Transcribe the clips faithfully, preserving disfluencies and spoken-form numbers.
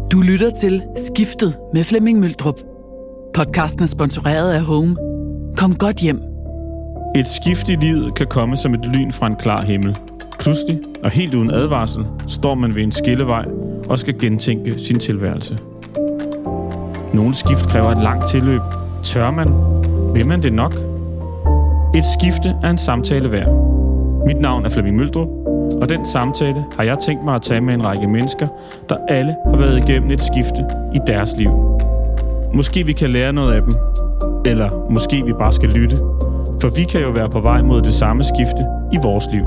Du lytter til Skiftet med Flemming Møldrup. Podcasten er sponsoreret af Home. Kom godt hjem. Et skift i livet kan komme som et lyn fra en klar himmel. Pludselig, og helt uden advarsel, står man ved en skillevej og skal gentænke sin tilværelse. Nogle skift kræver et langt tilløb. Tør man? Vil man det nok? Et skifte er en samtale værd. Mit navn er Flemming Møldrup, og den samtale har jeg tænkt mig at tage med en række mennesker, der alle har været igennem et skifte i deres liv. Måske vi kan lære noget af dem, eller måske vi bare skal lytte, for vi kan jo være på vej mod det samme skifte i vores liv.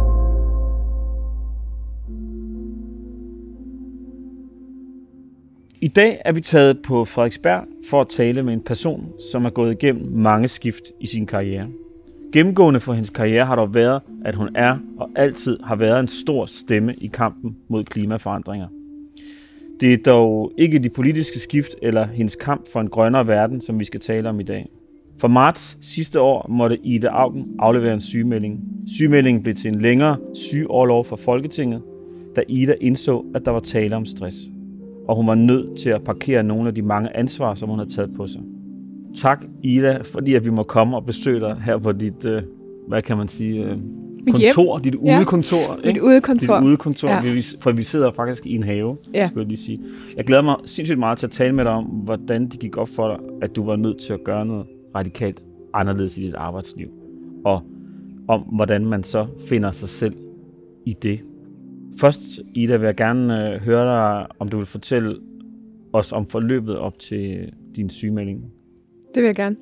I dag er vi taget på Frederiksberg for at tale med en person, som har gået igennem mange skift i sin karriere. Gennemgående for hendes karriere har dog været, at hun er og altid har været en stor stemme i kampen mod klimaforandringer. Det er dog ikke de politiske skift eller hendes kamp for en grønnere verden, som vi skal tale om i dag. For marts sidste år måtte Ida Auken aflevere en sygemelding. Sygemeldingen blev til en længere sygeorlov for Folketinget, da Ida indså, at der var tale om stress. Og hun var nødt til at parkere nogle af de mange ansvar, som hun havde taget på sig. Tak, Ida, fordi at vi må komme og besøge dig her på dit, øh, hvad kan man sige, øh, kontor, dit ja. udekontor. Dit udekontor. Dit udekontor, ja. For vi sidder faktisk i en have, ja. skulle jeg lige sige. Jeg glæder mig sindssygt meget til at tale med dig om, hvordan det gik op for dig, at du var nødt til at gøre noget radikalt anderledes i dit arbejdsliv. Og om, hvordan man så finder sig selv i det. Først, Ida, vil jeg gerne øh, høre dig, om du vil fortælle os om forløbet op til din sygemelding. Det vil jeg gerne.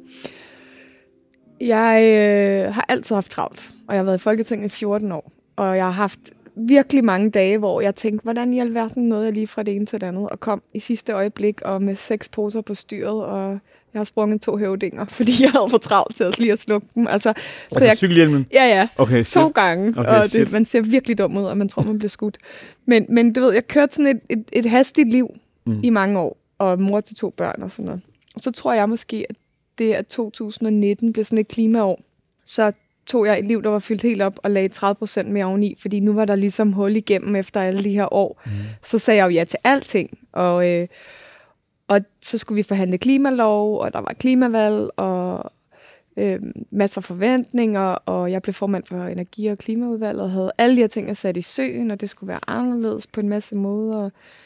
Jeg øh, har altid haft travlt, og jeg har været i Folketinget i fjorten år. Og jeg har haft virkelig mange dage, hvor jeg tænkte, hvordan i alverden nåede jeg lige fra det ene til det andet, og kom i sidste øjeblik og med seks poser på styret, og jeg har sprunget to høvdinger, fordi jeg havde for travlt til at lige at slukke dem. Altså, altså så jeg, cykelhjelmen? Ja, ja. Okay, to gange, okay, og det, man ser virkelig dum ud, og man tror, man bliver skudt. Men, men du ved, jeg kørte sådan et, et, et hastigt liv mm. i mange år, og mor til to børn og sådan noget. Og så tror jeg måske, at det at to tusind nitten blev sådan et klimaår. Så tog jeg et liv, der var fyldt helt op og lagde tredive procent mere oveni, fordi nu var der ligesom hul igennem efter alle de her år. Mm. Så sagde jeg jo ja til alting, og, øh, og så skulle vi forhandle klimalov, og der var klimavalg, og øh, masser af forventninger, og jeg blev formand for Energi- og Klimaudvalget, og havde alle de her ting sat i søen, og det skulle være anderledes på en masse måder.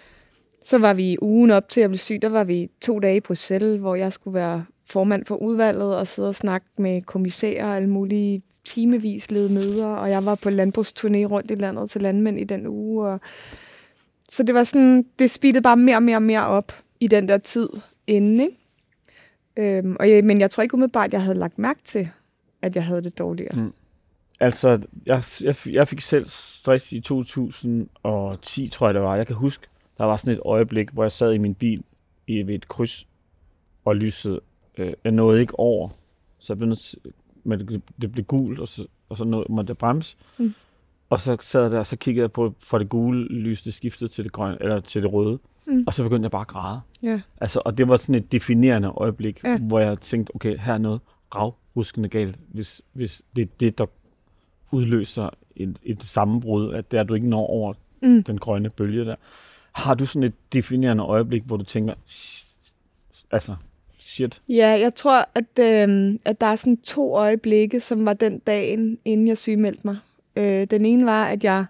Så var vi ugen op til at blive syg, der var vi to dage i Bruxelles, hvor jeg skulle være formand for udvalget og sidde og snakke med kommissærer og alle mulige timevis lede møder, og jeg var på landbrugsturné rundt i landet til landmænd i den uge. Og så det var sådan, det speedede bare mere og mere og mere op i den der tid inden, ikke? Øhm, og jeg, men jeg tror ikke umiddelbart, at jeg havde lagt mærke til, at jeg havde det dårligere. Mm. Altså, jeg, jeg, jeg fik selv stress i to tusind og ti, tror jeg det var. Jeg kan huske, der var sådan et øjeblik, hvor jeg sad i min bil i ved et kryds, og lyset, øh, jeg nåede ikke over, så jeg blev nødt til, men det, det blev gult, og så, og så nåede man det bremse. Mm. Og så sad jeg der, og så kiggede jeg på, for det gule lys, det skiftede til det grønne, eller til det røde. Mm. Og så begyndte jeg bare at græde. Yeah. Altså, og det var sådan et definerende øjeblik, yeah. hvor jeg tænkte, okay, her er noget ravruskende galt, hvis, hvis det er det, der udløser et, et sammenbrud, at det er, at du ikke når over mm. den grønne bølge der. Har du sådan et definerende øjeblik, hvor du tænker, altså, shit? Ja, jeg tror, at, øh, at der er sådan to øjeblikke, som var den dagen, inden jeg sygemeldte mig. Øh, den ene var, at jeg,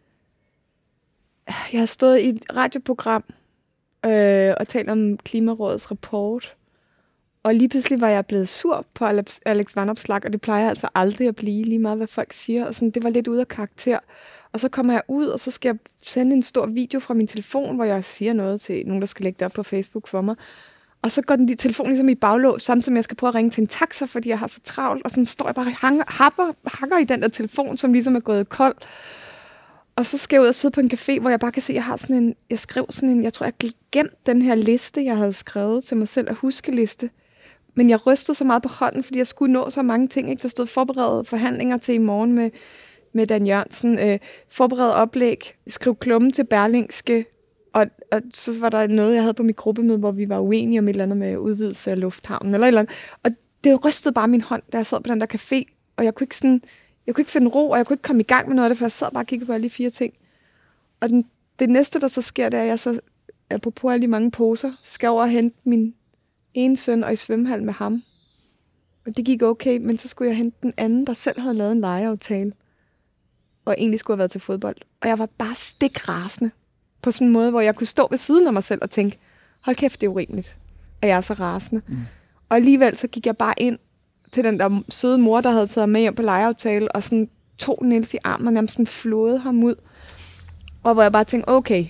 jeg har stået i et radioprogram øh, og talt om Klimarådets rapport. Og lige pludselig var jeg blevet sur på Alex, Alex Vanopslagh, og det plejer jeg altså aldrig at blive, lige meget hvad folk siger. Og sådan, det var lidt ude af karakter. Og så kommer jeg ud, og så skal jeg sende en stor video fra min telefon, hvor jeg siger noget til nogen, der skal lægge det op på Facebook for mig. Og så går den de telefon ligesom i baglås, samtidig med jeg skal prøve at ringe til en taxa, fordi jeg har så travlt. Og så står jeg bare og hanger, happer, hakker i den der telefon, som ligesom er gået kold. Og så skal jeg ud og sidde på en café, hvor jeg bare kan se, at jeg har sådan en, jeg skrev sådan en, jeg tror, jeg glemte den her liste, jeg havde skrevet til mig selv, at huskeliste. Men jeg rystede så meget på hånden, fordi jeg skulle nå så mange ting, ikke? Der stod forberedt forhandlinger til i morgen med, med Dan Jørgensen, øh, forberedt oplæg, skriv klummen til Berlingske, og, og så var der noget, jeg havde på mit gruppemøde, hvor vi var uenige om et eller andet med udvidelse af lufthavnen, eller et eller andet. Og det rystede bare min hånd, da jeg sad på den der café, og jeg kunne ikke sådan, jeg kunne ikke finde ro, og jeg kunne ikke komme i gang med noget af det, for jeg sad bare og kiggede på alle de fire ting. Og den, det næste, der så sker, det er, at jeg så apropos alle de mange poser, skal jeg over og hente min ene søn og i svømmehal med ham. Og det gik okay, men så skulle jeg hente den anden, der selv havde lavet en legeaftale. Og egentlig skulle have været til fodbold. Og jeg var bare stikrasende. På sådan en måde, hvor jeg kunne stå ved siden af mig selv og tænke, hold kæft, det er urimeligt, at jeg er så rasende. Mm. Og alligevel så gik jeg bare ind til den der søde mor, der havde taget med hjem på legeaftale, og sådan tog Niels i armen og nærmest sådan flåede ham ud. Og hvor jeg bare tænkte, okay,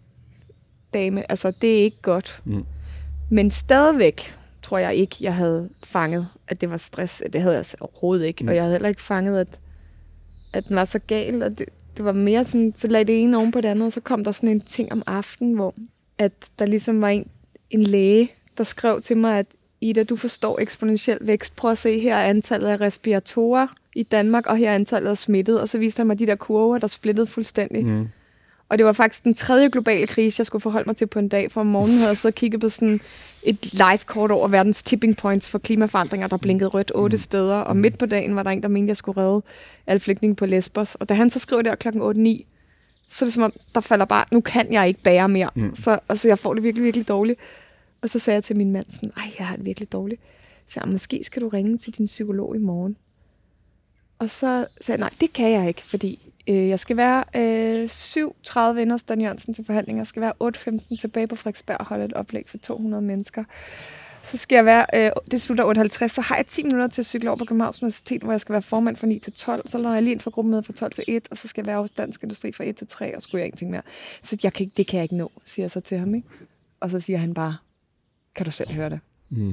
dame, altså det er ikke godt. Mm. Men stadigvæk tror jeg ikke, jeg havde fanget, at det var stress. Det havde jeg altså overhovedet ikke. Mm. Og jeg havde heller ikke fanget, at, at den var så gal. Og det, det var mere sådan, så lagde det ene oven på det andet, og så kom der sådan en ting om aftenen, hvor at der ligesom var en, en læge, der skrev til mig, at Ida, du forstår eksponentiel vækst. Prøv at se, her er antallet af respiratorer i Danmark, og her er antallet af smittet. Og så viste han mig de der kurver, der splittede fuldstændig. Mm. Og det var faktisk den tredje globale krise, jeg skulle forholde mig til på en dag. For om morgenen havde jeg så kigget på sådan et live-kort over verdens tipping points for klimaforandringer, der blinkede rødt otte mm. steder. Og midt på dagen var der en, der mente, jeg skulle redde alle flygtninge på Lesbos. Og da han så skrev der klokken otte ni, så er det som om, der falder bare, nu kan jeg ikke bære mere. Mm. Så altså, jeg får det virkelig, virkelig dårligt. Og så sagde jeg til min mand sådan, ej, jeg har det virkelig dårligt. Så jeg, måske skal du ringe til din psykolog i morgen. Og så sagde jeg, nej, det kan jeg ikke, fordi øh, jeg skal være øh, syv tredive inde hos Dan Jørgensen til forhandlinger. Jeg skal være otte femten tilbage på Frederiksberg og holde et oplæg for to hundrede mennesker. Så skal jeg være, øh, det slutter otte halvtreds, så har jeg ti minutter til at cykle over på Københavns Universitet, hvor jeg skal være formand fra ni til tolv. Så lader jeg lige ind for gruppen med fra tolv til et, og så skal jeg være hos Dansk Industri fra et til tre, og skulle jeg ingenting mere. Så jeg kan, det kan jeg ikke nå, siger jeg så til ham, ikke? Og så siger han bare, kan du selv høre det? Mm.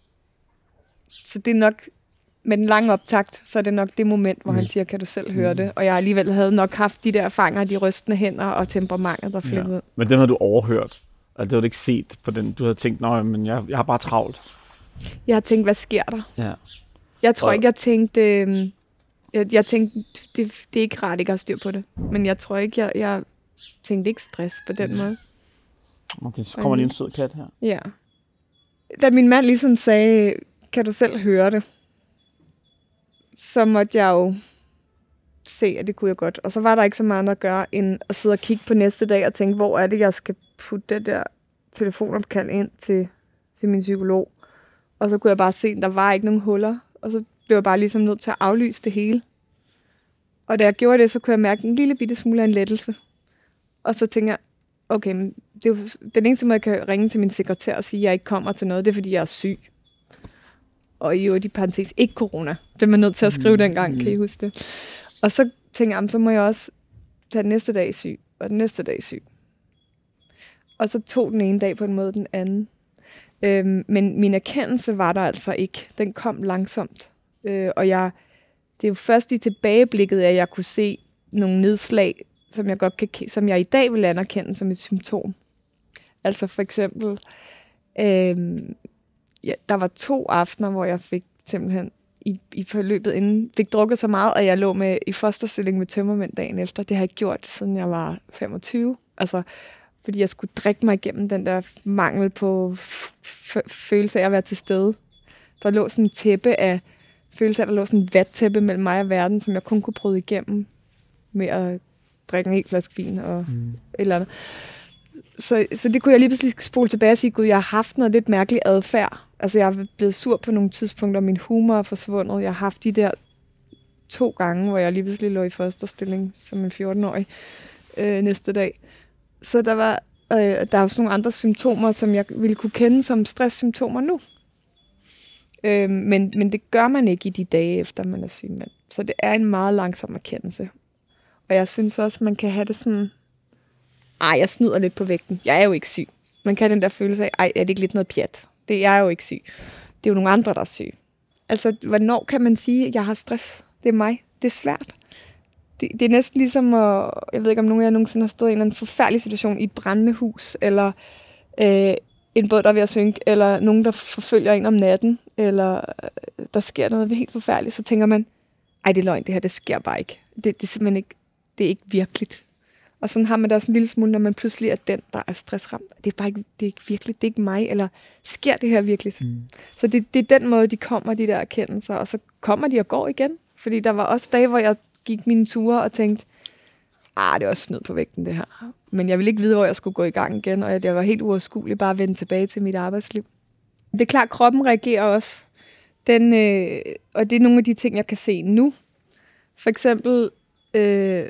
Så det er nok, med den lange optakt, så er det nok det moment, hvor mm. han siger, kan du selv høre mm. det? Og jeg alligevel havde nok haft de der erfaringer, de rystende hænder og temperamentet, der flippede. Ja. Men den havde du overhørt? Altså, det havde du ikke set på den? Du havde tænkt, nej, men jeg, jeg har bare travlt. Jeg har tænkt, hvad sker der? Ja. Jeg tror og... ikke, jeg tænkte, øh, jeg, jeg tænkte, det, det er ikke rart, ikke at have styr på det. Men jeg tror ikke, jeg, jeg tænkte ikke stress på den mm. måde. Okay, så kommer lige en sød kat her. Ja. Da min mand ligesom sagde, kan du selv høre det? Så måtte jeg jo se, at det kunne jeg godt. Og så var der ikke så meget at gøre, end at sidde og kigge på næste dag og tænke, hvor er det, jeg skal putte det der telefonopkald ind til, til min psykolog. Og så kunne jeg bare se, at der var ikke nogen huller. Og så blev jeg bare ligesom nødt til at aflyse det hele. Og da jeg gjorde det, så kunne jeg mærke en lille bitte smule af en lettelse. Og så tænker jeg, okay, men det er jo den eneste måde, jeg kan ringe til min sekretær og sige, at jeg ikke kommer til noget, det er, fordi jeg er syg. Og i øvrigt i parentes, ikke corona. Det er man nødt til at skrive mm. dengang, kan I huske det? Og så tænker jeg, så må jeg også tage den næste dag syg, og den næste dag syg. Og så tog den ene dag på en måde den anden. Øhm, men min erkendelse var der altså ikke. Den kom langsomt. Øh, og jeg, det er jo først i tilbageblikket, at jeg kunne se nogle nedslag, som jeg, godt kan, som jeg i dag vil anerkende som et symptom. Altså for eksempel, øh, ja, der var to aftener, hvor jeg fik simpelthen i, i forløbet inden, fik drukket så meget, at jeg lå med i fosterstilling med tømmermænd dagen efter. Det har jeg gjort, siden jeg var femogtyve. Altså, fordi jeg skulle drikke mig igennem den der mangel på f- f- følelse af at være til stede. Der lå sådan en tæppe af følelse af, der lå sådan en vattæppe mellem mig og verden, som jeg kun kunne bryde igennem med at drikke en hel flaske vin og mm. et eller andet. Så, så det kunne jeg lige pludselig spole tilbage og sige, gud, jeg har haft noget lidt mærkelig adfærd. Altså, jeg er blevet sur på nogle tidspunkter, min humor er forsvundet. Jeg har haft de der to gange, hvor jeg lige pludselig lå i fosterstilling som en fjorten-årig øh, næste dag. Så der var øh, der er også nogle andre symptomer, som jeg ville kunne kende som stresssymptomer nu. Øh, men, men det gør man ikke i de dage, efter man er syg mand. Så det er en meget langsom erkendelse. Og jeg synes også, man kan have det sådan, ej, jeg snyder lidt på vægten. Jeg er jo ikke syg. Man kan have den der følelse af, ej, er det ikke lidt noget pjat? Det er jeg jo ikke syg. Det er jo nogle andre, der er syge. Altså, hvornår kan man sige, at jeg har stress? Det er mig. Det er svært. Det, det er næsten ligesom, at, jeg ved ikke, om nogen af jer nogensinde har stået i en eller anden forfærdelig situation i et brændende hus, eller øh, en båd, der er ved at synke, eller nogen, der forfølger en om natten, eller øh, der sker noget helt forfærdeligt, så tænker man, ej, det er løgn, det her, det sker bare ikke. Det, det er simpelthen ikke, det er ikke virkeligt. Og sådan har man da også en lille smule, når man pludselig er den, der er stressramt. Det er bare ikke, det er ikke virkeligt, det er ikke mig, eller sker det her virkelig? Mm. Så det, det er den måde, de kommer, de der erkendelser, og så kommer de og går igen. Fordi der var også dage, hvor jeg gik mine ture og tænkte, ah, det er også snyd på vægten, det her. men jeg ville ikke vide, hvor jeg skulle gå i gang igen, og det var helt uoverskueligt bare at vende tilbage til mit arbejdsliv. Det er klart, at kroppen reagerer også. Den, øh, og det er nogle af de ting, jeg kan se nu. For eksempel, øh,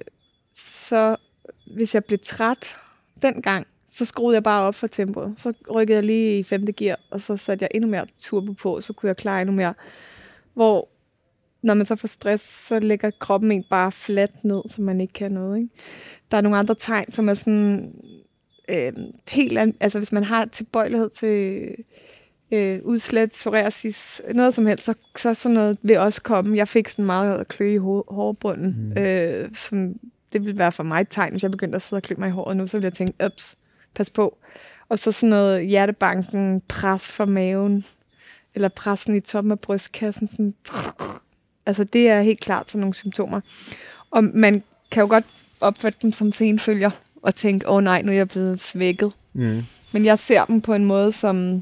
så hvis jeg blev træt dengang, så skruede jeg bare op for tempoet. Så rykkede jeg lige i femte gear, og så satte jeg endnu mere turbo på, så kunne jeg klare endnu mere. Hvor når man så får stress, så lægger kroppen en bare fladt ned, så man ikke kan noget. Ikke? Der er nogle andre tegn, som er sådan øh, helt an, altså hvis man har tilbøjelighed til øh, udslæt, psoriasis, noget som helst, så, så sådan noget vil også komme. Jeg fik sådan meget klø i hårbunden, mm. øh, som det ville være for mig et tegn, hvis jeg begyndte at sidde og klø mig i håret nu, så ville jeg tænke, ups, pas på. Og så sådan noget hjertebanken, pres for maven, eller pressen i toppen af brystkassen, sådan, altså det er helt klart sådan nogle symptomer. Og man kan jo godt opfatte dem som senfølger, og tænke, åh oh, nej, nu er jeg blevet svækket. Mm. Men jeg ser dem på en måde som,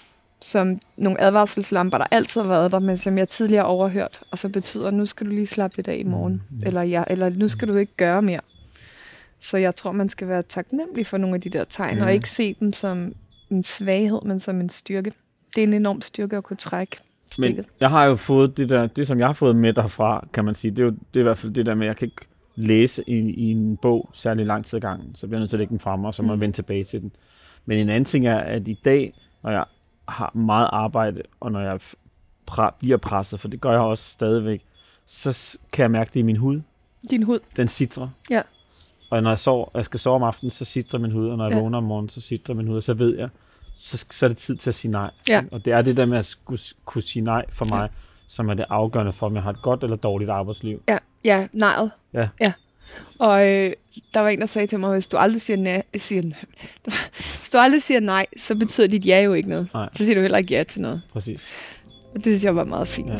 som nogle advarselslamper, der altid har været der, men som jeg tidligere har overhørt, og så betyder, nu skal du lige slappe lidt af i morgen, mm. eller, ja, eller nu skal du ikke gøre mere. Så jeg tror, man skal være taknemmelig for nogle af de der tegn, mm. og ikke se dem som en svaghed, men som en styrke. Det er en enorm styrke at kunne trække stikket. Men jeg har jo fået det der, det som jeg har fået med derfra, kan man sige, det er jo det er i hvert fald det der med, at jeg kan ikke læse i, i en bog særlig lang tid ad gangen, så bliver jeg nødt til at lægge den frem, og så må jeg mm. vende tilbage til den. Men en anden ting er, at i dag, når jeg har meget arbejde, og når jeg pre- bliver presset, for det gør jeg også stadigvæk, så kan jeg mærke det i min hud. Din hud? Den sitrer. Ja. Og når jeg, sover, jeg skal sove om aftenen, så sitrer min hud, og når jeg ja. vågner om morgenen, så sitrer min hud, og så ved jeg, så, så er det tid til at sige nej. Ja. Og det er det der med at skulle, kunne sige nej for mig, ja. som er det afgørende for, om jeg har et godt eller dårligt arbejdsliv. Ja, ja, nejet. Ja. ja. Og øh, der var en, der sagde til mig, hvis du aldrig siger nej, siger, hvis du aldrig siger nej, så betyder dit ja jo ikke noget. Nej. Så siger du heller ikke ja til noget. Præcis. Og det synes jeg var meget fint. Ja.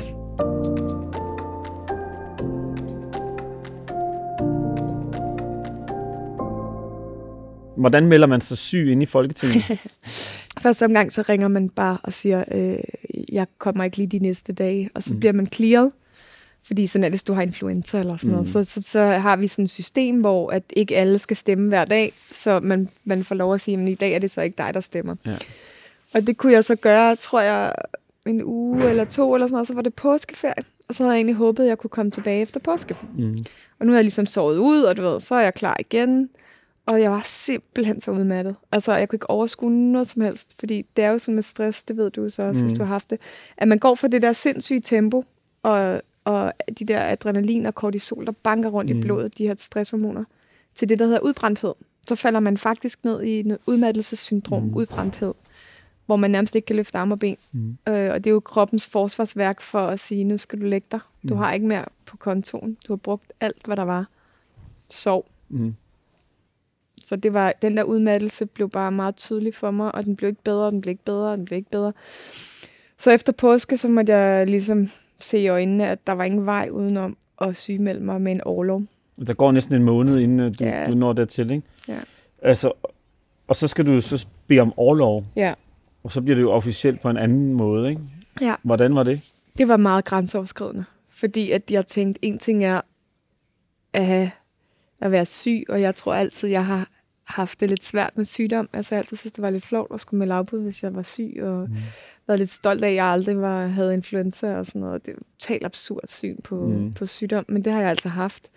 Hvordan melder man sig syg inde i Folketinget? Første omgang, så ringer man bare og siger, øh, jeg kommer ikke lige de næste dage, og så mm. bliver man clearet. Fordi sådan er det, hvis du har influenza eller sådan noget. Mm. Så, så, så har vi sådan et system, hvor at ikke alle skal stemme hver dag, så man, man får lov at sige, at i dag er det så ikke dig, der stemmer. Ja. Og det kunne jeg så gøre, tror jeg, en uge eller to eller sådan noget, så var det påskeferie. Og så havde jeg egentlig håbet, at jeg kunne komme tilbage efter påske. Mm. Og nu er jeg ligesom sovet ud, og du ved, så er jeg klar igen. Og jeg var simpelthen så udmattet. Altså, jeg kunne ikke overskue noget som helst, fordi det er jo sådan med stress, det ved du så også, mm. hvis du har haft det, at man går fra det der sindssyge tempo, og, og de der adrenalin og kortisol, der banker rundt mm. i blodet, de her stresshormoner, til det, der hedder udbrændthed. Så falder man faktisk ned i en udmattelsessyndrom, mm. udbrændthed, hvor man nærmest ikke kan løfte arme og ben. Mm. Øh, og det er jo kroppens forsvarsværk for at sige, nu skal du lægge dig. Du mm. har ikke mere på kontoen. Du har brugt alt, hvad der var. Sov. Mm. Så det var, den der udmattelse blev bare meget tydelig for mig, og den blev ikke bedre, den blev ikke bedre, den blev ikke bedre. Så efter påske, så måtte jeg ligesom se i øjnene, at der var ingen vej udenom at sygemelde mig med en orlov. Der går næsten en måned, inden du, ja. du når dertil, ikke? Ja. Altså, og så skal du så bede om orlov. Ja. Og så bliver det jo officielt på en anden måde, ikke? Ja. Hvordan var det? Det var meget grænseoverskridende, fordi at jeg tænkte, en ting er at have at være syg, og jeg tror altid, jeg har haft det lidt svært med sygdom. Altså jeg altid synes, det var lidt flovt at skulle melde afbud, hvis jeg var syg, og mm. været lidt stolt af, at jeg aldrig var, havde influenza og sådan noget. Det er et totalt absurd syn på, mm. på sygdom, men det har jeg altså haft.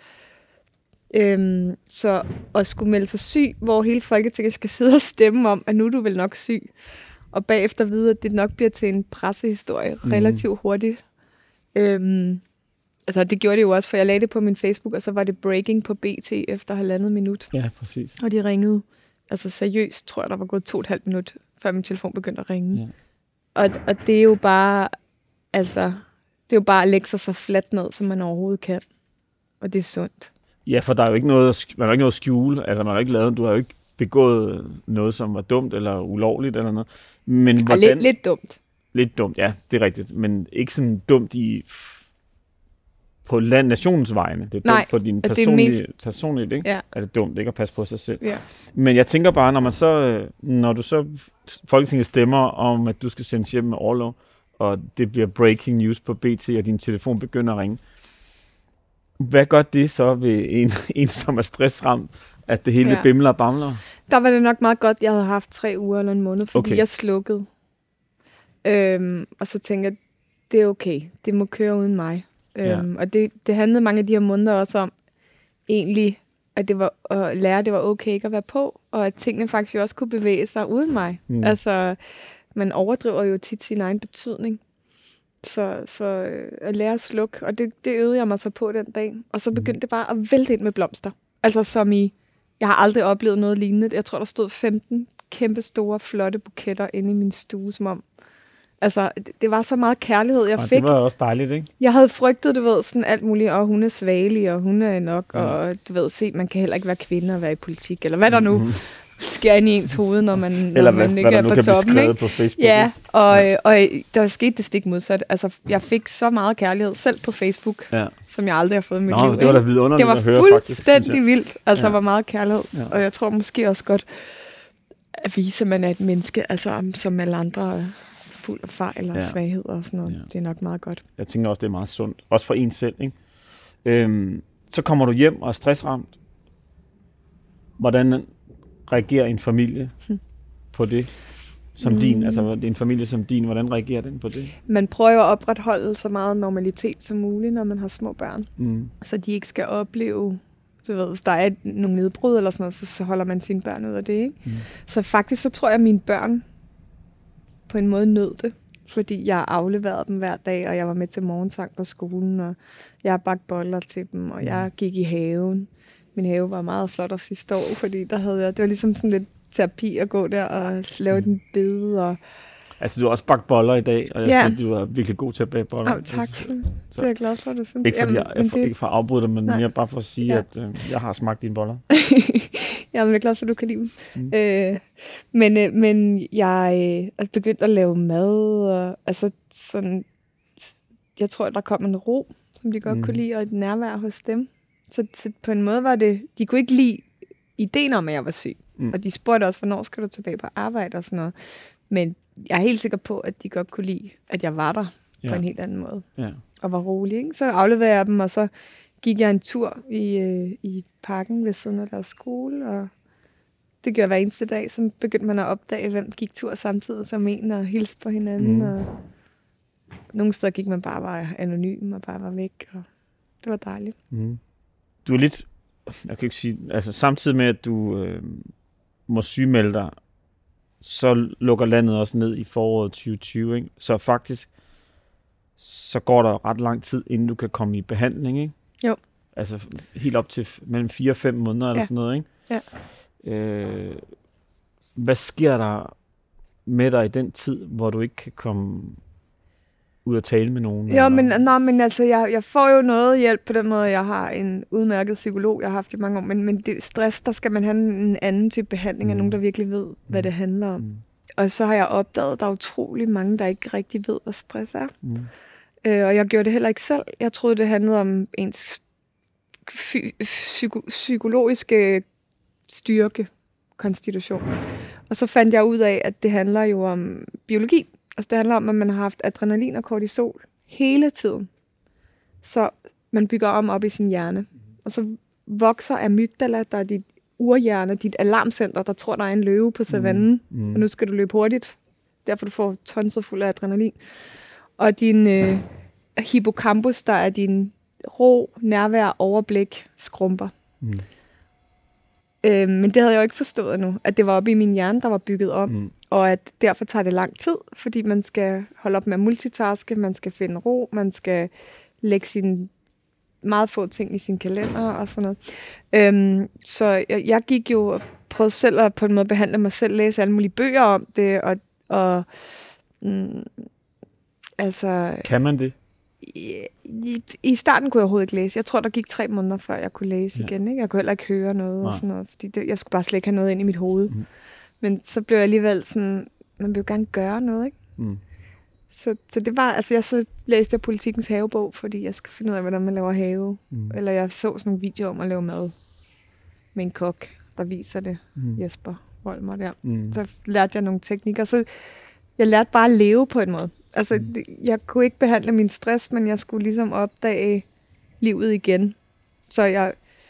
Øhm, så at skulle melde sig syg, hvor hele Folketinget skal sidde og stemme om, at nu er du vel nok syg, og bagefter vide, at det nok bliver til en pressehistorie mm. relativt hurtigt. Øhm, Altså, det gjorde det jo også, for jeg lagde det på min Facebook, og så var det breaking på B T efter halvandet minut. Ja, præcis. Og de ringede. Altså seriøst, tror jeg, der var gået to og et halvt minut, før min telefon begyndte at ringe. Ja. Og, og det er jo bare, altså, det er jo bare at lægge sig så fladt ned, som man overhovedet kan. Og det er sundt. Ja, for der er jo ikke noget, man har ikke noget at skjule. Altså, man har ikke lavet, du har jo ikke begået noget, som var dumt eller ulovligt eller noget. Men ja, hvordan... lidt, lidt dumt. Lidt dumt, ja, det er rigtigt. Men ikke sådan dumt i... på land, nationens vegne. Det er Nej, dumt for din personlige, mest... personligt, ikke? Ja. Er det dumt ikke at passe på sig selv. Ja. Men jeg tænker bare, når man så, når du så Folketinget stemmer om, at du skal sendes hjem med orlov, og det bliver breaking news på B T, og din telefon begynder at ringe. Hvad gør det så ved en, en som er stressramt, At det hele Ja. bimler og bamler? Der var det nok meget godt, jeg havde haft tre uger eller en måned, fordi Okay. jeg slukkede. Øhm, og så tænkte jeg, det er okay. Det må køre uden mig. Ja. Øhm, og det, det handlede mange af de her måneder også om, egentlig, at det var at lære, at det var okay ikke at være på, og at tingene faktisk også kunne bevæge sig uden mig. Mm. Altså, man overdriver jo tit sin egen betydning. Så, så øh, at lære at slukke, og det, det øvede jeg mig så på den dag. Og så begyndte det bare at vælte ind med blomster. Altså som i, jeg har aldrig oplevet noget lignende. Jeg tror, der stod femten kæmpe store, flotte buketter inde i min stue, som om, altså, det, det var så meget kærlighed, jeg Og fik. det var også dejligt, ikke? Jeg havde frygtet, du ved, sådan alt muligt, og hun er svagelig, og hun er nok, Ja. og du ved, se, man kan heller ikke være kvinde og være i politik, eller hvad der nu sker ind i ens hoved, når man, når Eller man hvad, ikke hvad der er nu på kan blive toppen, skrevet ikke? på Facebook. Ja, og, ja. og der skete det stik modsat. Altså, jeg fik så meget kærlighed, selv på Facebook, Ja. som jeg aldrig har fået i mit Nå, liv. det var da ikke? vidunderligt Det var at høre, faktisk. fuldstændig synes jeg. vildt, altså Ja. hvor meget kærlighed. Ja. Og jeg tror måske også godt, at vise, at man er et menneske, altså som alle andre er fuld af fejl og Ja. svaghed og sådan noget. Ja. Det er nok meget godt. Jeg tænker også, det er meget sundt. Også for en selv, ikke? Øhm, så kommer du hjem og er stressramt. Hvordan reagerer en familie Hm. på det? Som Mm. din, altså det er en familie som din, hvordan reagerer den på det? Man prøver at opretholde så meget normalitet som muligt, når man har små børn. Mm. Så de ikke skal opleve, du ved, hvis der er nogle nedbrud eller sådan noget, så, så holder man sine børn ud af det, ikke? Mm. Så faktisk så tror jeg, at mine børn på en måde nød det, fordi jeg afleverede dem hver dag, og jeg var med til morgensang på skolen, og jeg bagte boller til dem, og jeg gik i haven. Min have var meget flot sidste år, fordi der havde jeg, det var ligesom sådan lidt terapi at gå der og lave Mm. den bede. Og... Altså, du har også bagt boller i dag, og jeg Ja. synes, du er virkelig god til at bage boller. Oh, tak. Det er jeg glad for, at du synes. Ikke fordi jeg, Jamen, jeg men for, det- ikke for at afbryde dig, men Nej. mere bare for at sige, Ja. at øh, jeg har smagt dine boller. Jamen, jeg er glad for, at du kan lide dem. Mm. Mm. Øh, men, øh, men jeg øh, er begyndt at lave mad, og altså sådan, jeg tror, der kom en ro, som de godt Mm. mm. kunne lide, og et nærvær hos dem. Så, så på en måde var det, de kunne ikke lide ideen om, at jeg var syg. Mm. Mm. Og de spurgte også, hvornår skal du tilbage på arbejde og sådan noget. Men jeg er helt sikker på, at de godt kunne lide, at jeg var der ja. på Ja. en helt anden måde. Ja. Og var rolig, ikke? Så afleverede jeg dem, og så gik jeg en tur i, øh, i parken ved siden af deres skole, og det gjorde jeg hver eneste dag. Så begyndte man at opdage, hvem gik tur samtidig som en, og hilste på hinanden. Mm. Mm. Og nogle steder gik man bare var anonym og bare var væk, og det var dejligt. Mm. Du er lidt, jeg kan ikke sige, altså samtidig med, at du øh, må sygemelde dig, så lukker landet også ned i foråret tyve tyve, ikke? Så faktisk, så går der ret lang tid, inden du kan komme i behandling, ikke? Jo. Altså helt op til f- mellem fire og fem måneder eller Ja. sådan noget, ikke? Ja. Øh, hvad sker der med dig i den tid, hvor du ikke kan komme ud og tale med nogen? Jo, eller? men, nej, men altså, jeg, jeg får jo noget hjælp på den måde. Jeg har en udmærket psykolog, jeg har haft i mange år, men, men det stress, der skal man have en anden type behandling af Mm. nogen, der virkelig ved, hvad det handler om. Mm. Og så har jeg opdaget, at der er utrolig mange, der ikke rigtig ved, hvad stress er. Mm. Øh, og jeg gjorde det heller ikke selv. Jeg troede, det handlede om ens fy- psyko- psykologiske styrke, konstitution. Og så fandt jeg ud af, at det handler jo om biologi. Altså det handler om, at man har haft adrenalin og kortisol hele tiden. Så man bygger om op i sin hjerne. Og så vokser amygdala, der er dit urhjerne, dit alarmcenter, der tror, der er en løve på savannen, Mm. og nu skal du løbe hurtigt. Derfor du får tonset fuld af adrenalin. Og din øh, hippocampus, der er din ro, nærvær, overblik, skrumper. Mm. Øh, men det havde jeg jo ikke forstået endnu, at det var oppe i min hjerne, der var bygget om, Mm. og at derfor tager det lang tid, fordi man skal holde op med at multitaske, man skal finde ro, man skal lægge sine meget få ting i sin kalender og sådan noget. Øhm, så jeg, jeg gik jo og prøvede selv at på en måde behandle mig selv, læse alle mulige bøger om det, og, og mm, altså... Kan man det? I, i, I starten kunne jeg overhovedet ikke læse. Jeg tror, der gik tre måneder, før jeg kunne læse Ja. ja. igen. Ikke? Jeg kunne heller ikke høre noget Nej. og sådan noget, fordi det, jeg skulle bare slet ikke have noget ind i mit hoved. Mm. Men så blev jeg alligevel sådan, man vil jo gerne gøre noget, ikke? Mm. Så, så det var, altså jeg så læste jeg Politikens havebog, fordi jeg skal finde ud af, hvordan man laver have. Mm. Eller jeg så sådan nogle videoer om at lave mad med en kok, der viser det, Mm. Jesper Volmer der. Mm. Så lærte jeg nogle teknikker, så jeg lærte bare at leve på en måde. Altså, Mm. det- jeg kunne ikke behandle min stress, men jeg skulle ligesom opdage livet igen. Så jeg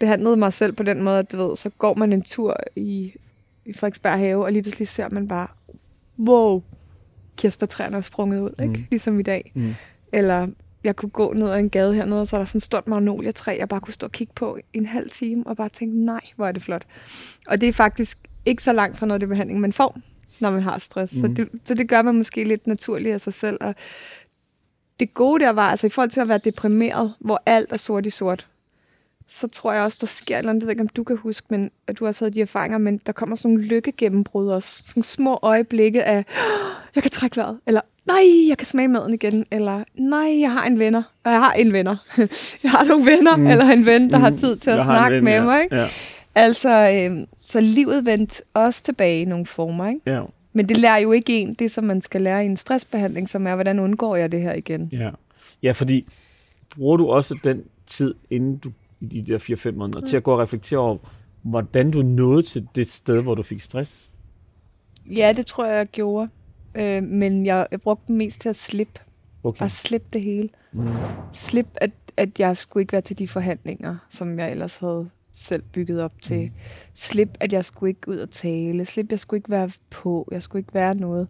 behandlede mig selv på den måde, at du ved, så går man en tur i, i Frederiksberg Have, og lige pludselig ser man bare, wow, kirsebærtræerne er sprunget ud, ikke? Mm. Ligesom i dag. Mm. Eller jeg kunne gå ned ad en gade hernede, og så er der sådan et stort magnoliatræ, jeg bare kunne stå og kigge på i en halv time, og bare tænke, nej, hvor er det flot. Og det er faktisk ikke så langt fra noget af det behandling, man får, når man har stress. Mm. Så, det, så det gør man måske lidt naturligt af sig selv. Og det gode der var, altså i forhold til at være deprimeret, hvor alt er sort i sort, så tror jeg også, der sker et eller andet, jeg ved ikke, om du kan huske, men at du også havde de erfaringer, men der kommer sådan nogle lykkegennembrud også. Sådan små øjeblikke af, jeg kan trække vejret, eller nej, jeg kan smage maden igen, eller nej, jeg har en venner, og jeg har en venner. jeg har nogle venner, mm. eller en ven, der mm. har tid til at jeg snakke ven, med ja. mig. Ikke? Ja. Altså, øh, så livet vendte også tilbage i nogle former, ikke? Ja. Men det lærer jo ikke en, det som man skal lære i en stressbehandling, som er, hvordan undgår jeg det her igen? Ja, ja, fordi bruger du også den tid, inden du i de der fire fem måneder, mm. til at gå og reflektere over, hvordan du nåede til det sted, hvor du fik stress? Ja, det tror jeg, jeg gjorde. Øh, men jeg, jeg brugte den mest til at slippe. Okay. Bare slippe det hele. Mm. Slip, at, at jeg skulle ikke være til de forhandlinger, som jeg ellers havde selv bygget op til. Mm. Slip, at jeg skulle ikke ud og tale. Slip, jeg skulle ikke være på. Jeg skulle ikke være noget.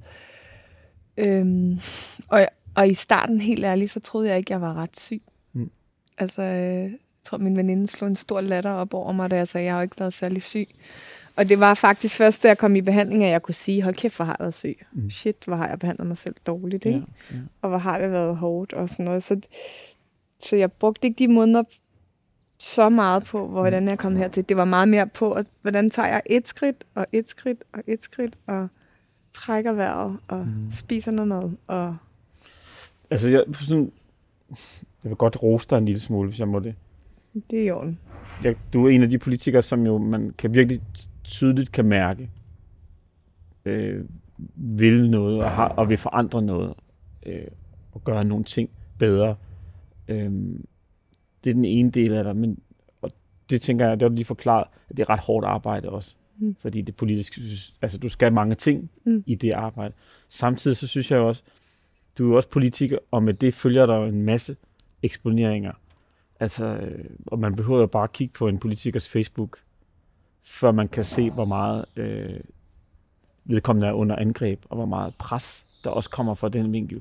Øhm, og, og i starten, helt ærligt, så troede jeg ikke, jeg var ret syg. Mm. Altså, jeg tror, min veninde slog en stor latter op over mig, da jeg sagde, at jeg har ikke været særlig syg. Og det var faktisk først, da jeg kom i behandling, at jeg kunne sige, hold kæft, hvor har jeg været syg. Mm. Shit, hvor har jeg behandlet mig selv dårligt, ikke? Ja, ja. Og hvor har det været hårdt og sådan noget. Så, så jeg brugte ikke de måneder så meget på, hvordan jeg kom hertil. Det var meget mere på, at, hvordan tager jeg et skridt, og et skridt, og et skridt, og trækker vejret, og mm. spiser noget mad. Og altså, jeg, sådan, jeg vil godt rose dig en lille smule, hvis jeg må det. Det er i orden. Jeg, du er en af de politikere, som jo man kan virkelig tydeligt kan mærke, øh, vil noget, og, har, og vil forandre noget, øh, og gøre nogle ting bedre. Øh, det er den ene del af det, men og det tænker jeg, det har du lige forklaret, at det er ret hårdt arbejde også. Mm. Fordi det politiske, altså du skal mange ting mm. i det arbejde. Samtidig så synes jeg også, du er jo også politiker, og med det følger der en masse eksponeringer. Altså, og man behøver jo bare at kigge på en politikers Facebook, før man kan se, hvor meget øh, vedkommende er under angreb, og hvor meget pres, der også kommer fra den vinkel.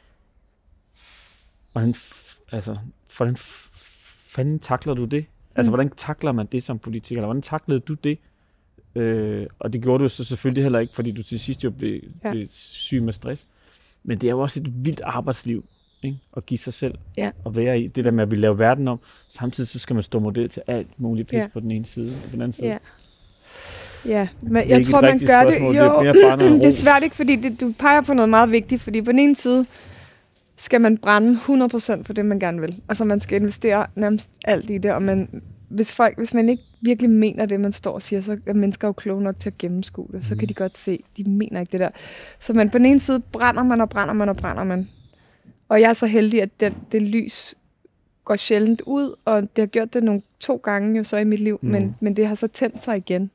Hvordan, altså, hvordan fanden takler du det? Altså, mm. hvordan takler man det som politiker? Eller hvordan taklede du det? Øh, og det gjorde du så selvfølgelig heller ikke, fordi du til sidst jo blev, ja. blev syg med stress. Men det er jo også et vildt arbejdsliv, ikke? At give sig selv ja. og være i. Det der med, at vi laver verden om. Samtidig så skal man stå model til alt muligt pis ja. på den ene side og på den anden side. Ja, ja. Men jeg tror, man gør det. Jo, det, det er svært ikke, fordi det, du peger på noget meget vigtigt. Fordi på den ene side skal man brænde hundrede procent for det, man gerne vil. Altså man skal investere nærmest alt i det. Og man, hvis, folk, hvis man ikke virkelig mener det, man står og siger, så er mennesker jo kloge nok til at gennemskue det. Så kan de godt se, de mener ikke det der. Så man på den ene side brænder man og brænder man og brænder man. Og jeg er så heldig, at det, det lys går sjældent ud, og det har gjort det nogle to gange jo så i mit liv, mm. men, men det har så tændt sig igen.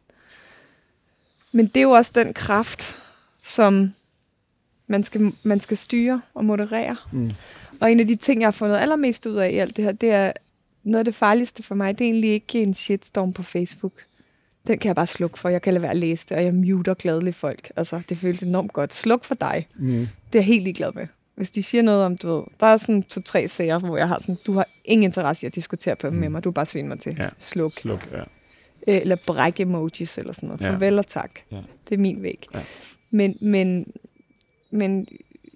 Men det er jo også den kraft, som man skal, man skal styre og moderere. Mm. Og en af de ting, jeg har fundet allermest ud af i alt det her, det er noget af det farligste for mig, det er egentlig ikke en shitstorm på Facebook. Den kan jeg bare slukke for. Jeg kan lade være at læse det, og jeg muter gladeligt folk. Altså, det føles enormt godt. Sluk for dig. Mm. Det er jeg helt ligeglad med. Hvis de siger noget om, du ved, der er sådan to-tre sager, hvor jeg har sådan, du har ingen interesse i at diskutere på dem mm. med mig, du er bare svin mig til. Ja. Sluk. Sluk ja. Eller bræk emojis eller sådan noget. Ja. Farvel og tak. Ja. Det er min væg. Ja. Men, men, men,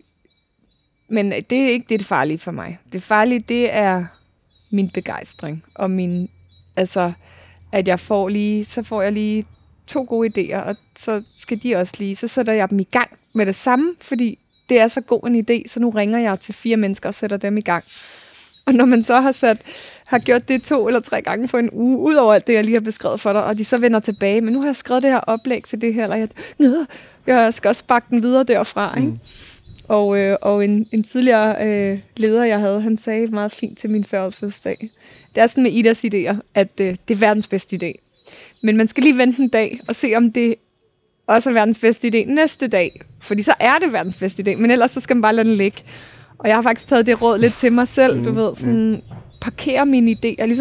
men det er ikke det, det farlige for mig. Det farlige, det er min begejstring. Og min, altså, at jeg får lige, så får jeg lige to gode idéer, og så skal de også lige, så sætter jeg dem i gang med det samme, fordi det er så god en idé, så nu ringer jeg til fire mennesker og sætter dem i gang. Og når man så har, sat, har gjort det to eller tre gange for en uge, ud over alt det, jeg lige har beskrevet for dig, og de så vender tilbage, men nu har jeg skrevet det her oplæg til det her, eller jeg, jeg skal også bakke den videre derfra. Ikke? Mm. Og, øh, og en, en tidligere øh, leder, jeg havde, han sagde meget fint til min fyrre-års fødselsdag. Det er sådan med Idas idéer, at øh, det er verdens bedste idé. Men man skal lige vente en dag og se, om det også er verdens bedste idé næste dag. Fordi så er det verdens bedste idé, men ellers så skal man bare lade den ligge. Og jeg har faktisk taget det råd lidt til mig selv, du ved, sådan parkere mine idéer. Ligesom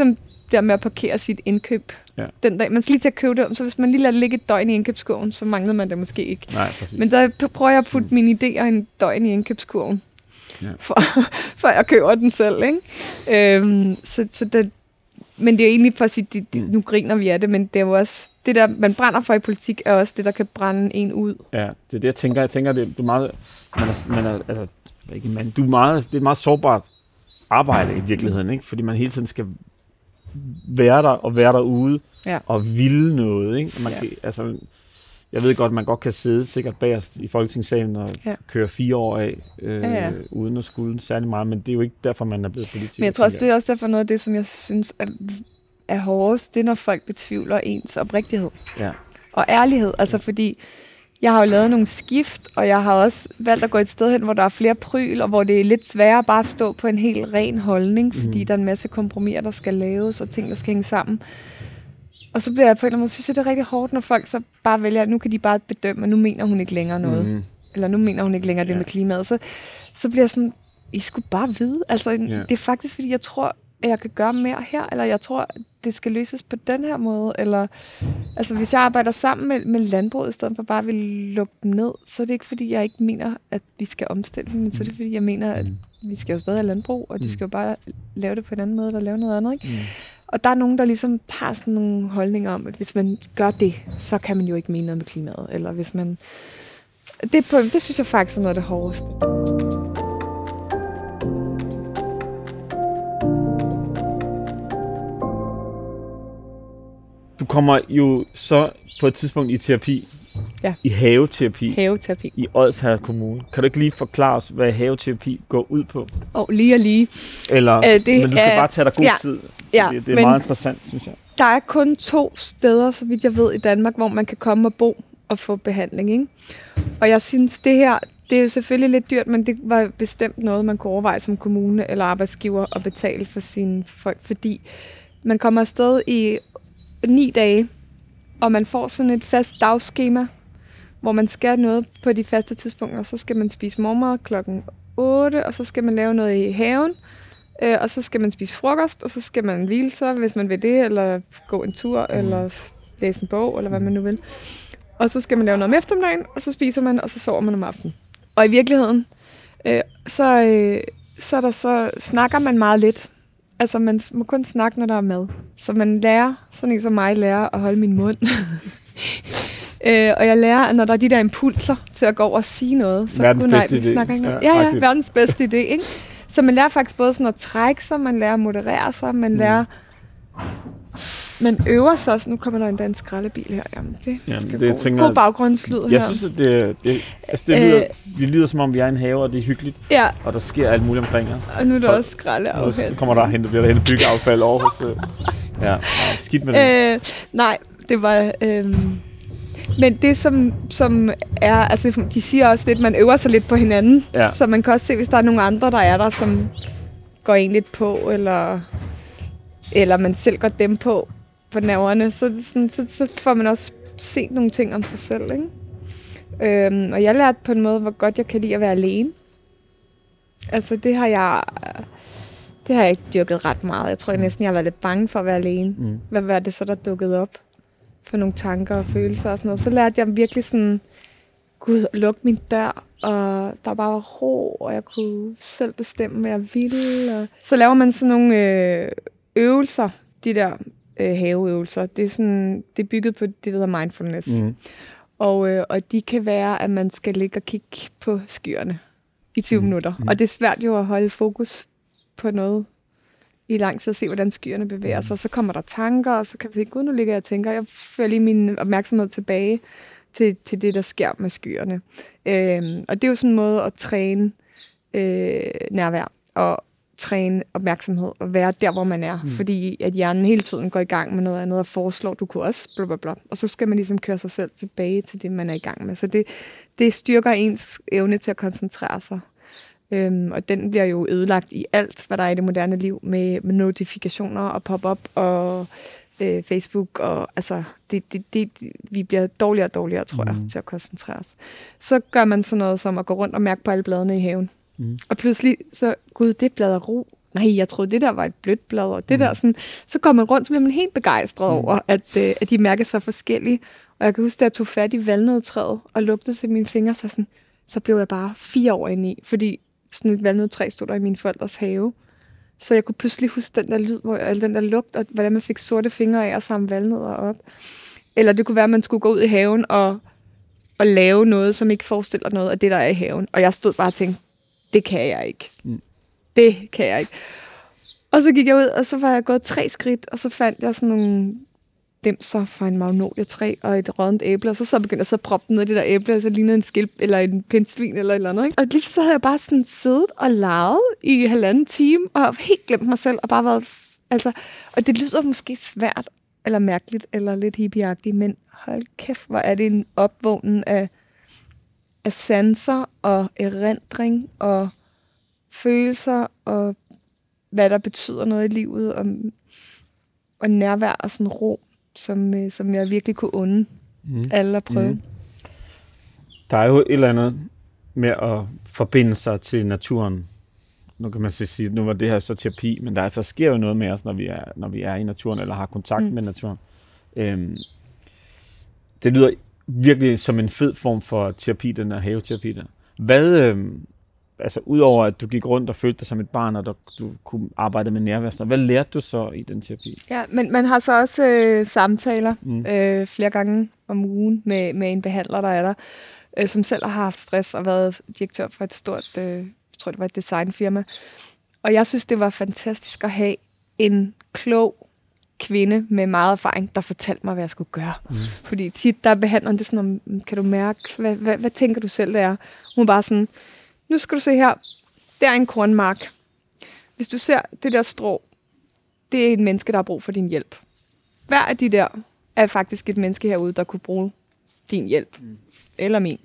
der med at parkere sit indkøb Ja. den dag. Man skal lige til at købe det, så hvis man lige lader det ligge et døgn i indkøbskurven, så manglede man det måske ikke. Nej, præcis. Men der prøver jeg at putte mine idéer en døgn i indkøbskurven, Ja. for, for jeg køber den selv, ikke? Øhm, så, så det, men det er egentlig for at sige, det, det, nu griner vi af det, men det er jo også, det der, man brænder for i politik, er også det, der kan brænde en ud. Ja, det er det, jeg tænker. Jeg tænker, det, du er meget, man er, man er, altså, ikke man, du er meget, det er et meget sårbart arbejde i virkeligheden, ikke? Fordi man hele tiden skal være der og være derude Ja. og ville noget, ikke? Man Ja. kan, altså, jeg ved godt, man godt kan sidde sikkert bagerst i Folketingssalen og Ja. køre fire år af, øh, Ja, ja. uden at skulle særlig meget, men det er jo ikke derfor, man er blevet politiker. Men jeg tror også, tænker det er også derfor noget af det, som jeg synes er, er hårdest, det er, når folk betvivler ens oprigtighed Ja. og ærlighed. Altså fordi, jeg har jo lavet nogle skift, og jeg har også valgt at gå et sted hen, hvor der er flere pryl, og hvor det er lidt sværere bare at stå på en helt ren holdning, fordi Mhm. der er en masse kompromiser, der skal laves, og ting, der skal hænge sammen. Og så bliver jeg på en eller anden måde, synes jeg, det er rigtig hårdt, når folk så bare vælger, at nu kan de bare bedømme, at nu mener hun ikke længere noget. Mhm. Eller nu mener hun ikke længere det Ja. med klimaet. Så, så bliver jeg sådan, I skulle bare vide. Altså, Ja. det er faktisk, fordi jeg tror, at jeg kan gøre mere her, eller jeg tror, at det skal løses på den her måde. Eller, altså, hvis jeg arbejder sammen med, med landbruget, i stedet for bare at ville lukke dem ned, så er det ikke, fordi jeg ikke mener, at vi skal omstille dem, men så er det, fordi jeg mener, at vi skal jo stadig have landbrug, og de Mm. skal jo bare lave det på en anden måde, eller lave noget andet, ikke? Mm. Og der er nogen, der ligesom har sådan nogle holdninger om, at hvis man gør det, så kan man jo ikke mene noget med klimaet. Eller hvis man... Det, på, det synes jeg faktisk er noget af det hårdeste. Du kommer jo så på et tidspunkt i terapi, Ja. i haveterapi, Haveterapi. i Odsherred Kommune. Kan du ikke lige forklare os, hvad haveterapi går ud på? Og lige og lige. Eller, Øh, det men du skal er- bare tage dig god ja. tid. Ja, det, det er men- meget interessant, synes jeg. Der er kun to steder, så vidt jeg ved, i Danmark, hvor man kan komme og bo og få behandling, ikke? Og jeg synes, det her, det er jo selvfølgelig lidt dyrt, men det var bestemt noget, man kunne overveje som kommune eller arbejdsgiver at betale for sine folk, fordi man kommer afsted i ni dage, og man får sådan et fast dagsskema, hvor man skal noget på de faste tidspunkter. Så skal man spise morgenmad klokken otte, og så skal man lave noget i haven, øh, og så skal man spise frokost, og så skal man hvile sig, hvis man vil det, eller gå en tur, mm. eller s- læse en bog, eller hvad man nu vil. Og så skal man lave noget om eftermiddagen, og så spiser man, og så sover man om aftenen. Og i virkeligheden, øh, så, øh, så, er der så snakker man meget lidt. Altså, man må kun snakke, når der er mad. Så man lærer, sådan en som mig, lærer at holde min mund. øh, og jeg lærer, at når der er de der impulser til at gå over og sige noget, så Verdens gud, nej, bedste vi idé. snakker ikke Ja, noget. Ja, ja, agtigt. verdens bedste idé, ikke? Så man lærer faktisk både sådan at trække sig, man lærer at moderere sig, man lærer... Man øver sig også. Nu kommer der endda en skraldebil her. Jamen, det Jamen, skal det gå. tænker God jeg- baggrundslyd her. Jeg synes, at det, det, altså det lyder, vi lyder, som om vi er i en have, og det er hyggeligt, Ja, og der sker alt muligt omkring os. og nu er der Folk- også skraldeaffald. Nu kommer der hen, bliver der hentet byggeaffald over hos... øh, Ja, nej, skidt med det. Øh, nej, det var... Øh, men det, som, som er... Altså, de siger også lidt, man øver sig lidt på hinanden. Ja. Så man kan også se, hvis der er nogle andre, der er der, som går en lidt på, eller, eller man selv går dem på, på nerverne, så, er det sådan, så, så får man også set nogle ting om sig selv, ikke? Øhm, og jeg lærte på en måde, hvor godt jeg kan lide at være alene. Altså, det har jeg... Det har jeg ikke dyrket ret meget. Jeg tror jeg næsten, jeg har været lidt bange for at være alene. Mm. Hvad var det så, der dukkede op for nogle tanker og følelser og sådan noget. Så lærte jeg virkelig sådan, gud, lukke min dør, og der bare var ro, og jeg kunne selv bestemme, hvad jeg ville. Og så laver man sådan nogle øh, øvelser, de der øh, haveøvelser. Det er, sådan, det er bygget på det, der hedder mindfulness. Mm. Og, øh, og de kan være, at man skal ligge og kigge på skyerne i tyve Mm. minutter. Mm. Og det er svært jo at holde fokus på noget i lang tid, og se, hvordan skyerne bevæger sig. Så kommer der tanker, og så kan vi sige, gud, nu ligger jeg og tænker, jeg fører lige min opmærksomhed tilbage til, til det, der sker med skyerne. Øhm, og det er jo sådan en måde at træne øh, nærvær, og træne opmærksomhed, og være der, hvor man er. Mm. Fordi at hjernen hele tiden går i gang med noget andet, og foreslår, du kunne også bla bla bla. Og så skal man ligesom køre sig selv tilbage til det, man er i gang med. Så det, det styrker ens evne til at koncentrere sig. Øhm, og den bliver jo ødelagt i alt, hvad der er i det moderne liv, med, med notifikationer og pop-up og øh, Facebook. Og, altså, det, det, det, vi bliver dårligere og dårligere, tror jeg, Mm. til at koncentrere os. Så gør man sådan noget som at gå rundt og mærke på alle bladene i haven. Mm. Og pludselig, så, gud, det blad er ro. nej, jeg troede, det der var et blødt blad, og det mm. der sådan, så går man rundt, så bliver man helt begejstret mm. over, at, øh, at de mærker sig forskellige. Og jeg kan huske, da jeg tog fat i valnødtræet og lugtede til mine fingre, så, sådan, så blev jeg bare fire år inde i, fordi sådan et valnødtræ stod der i min forældres have. Så jeg kunne pludselig huske den der lyd, hvor, eller den der lugt, og hvordan man fik sorte fingre af at samle valnødder op. Eller det kunne være, at man skulle gå ud i haven og, og lave noget, som ikke forestiller noget af det, der er i haven. Og jeg stod bare og tænkte, det kan jeg ikke. Mm. Det kan jeg ikke. Og så gik jeg ud, og så var jeg gået tre skridt, og så fandt jeg sådan nogle dimser fra en magnolietræ og et rådent æble, og så, så begyndte jeg så at proppe ned i det der æble, og så lignede en skilp eller en pindsvin eller et eller andet. Ikke? Og lige så havde jeg bare sådan siddet og leget i halvanden time, og helt glemt mig selv, og bare været, altså, og det lyder måske svært, eller mærkeligt, eller lidt hippieagtigt, men hold kæft, hvor er det en opvågning af, af sanser og erindring og følelser og hvad der betyder noget i livet, og, og nærvær og sådan ro, som, som jeg virkelig kunne unde mm. alle at prøve. Mm. Der er jo et eller andet med at forbinde sig til naturen. Nu kan man sige, nu var det her så terapi, men der altså sker jo noget med os, når vi er, når vi er i naturen, eller har kontakt mm. med naturen. Øhm, det lyder virkelig som en fed form for terapi, den der haveterapi der. Hvad, øhm, altså udover at du gik rundt og følte dig som et barn, og du, du kunne arbejde med nærvær, hvad lærte du så i den terapi? Ja, men man har så også øh, samtaler mm. øh, flere gange om ugen med, med en behandler, der er der, øh, som selv har haft stress og været direktør for et stort, øh, jeg tror det var et designfirma. Og jeg synes, det var fantastisk at have en klog kvinde med meget erfaring, der fortalte mig, hvad jeg skulle gøre. Mm. Fordi tit, der behandler det sådan, om, kan du mærke, hvad, hvad, hvad tænker du selv, det er? Hun var bare sådan, nu skal du se her, der er en kornmark. Hvis du ser det der strå, det er et menneske, der har brug for din hjælp. Hver af de der er faktisk et menneske herude, der kunne bruge din hjælp. Mm. Eller min.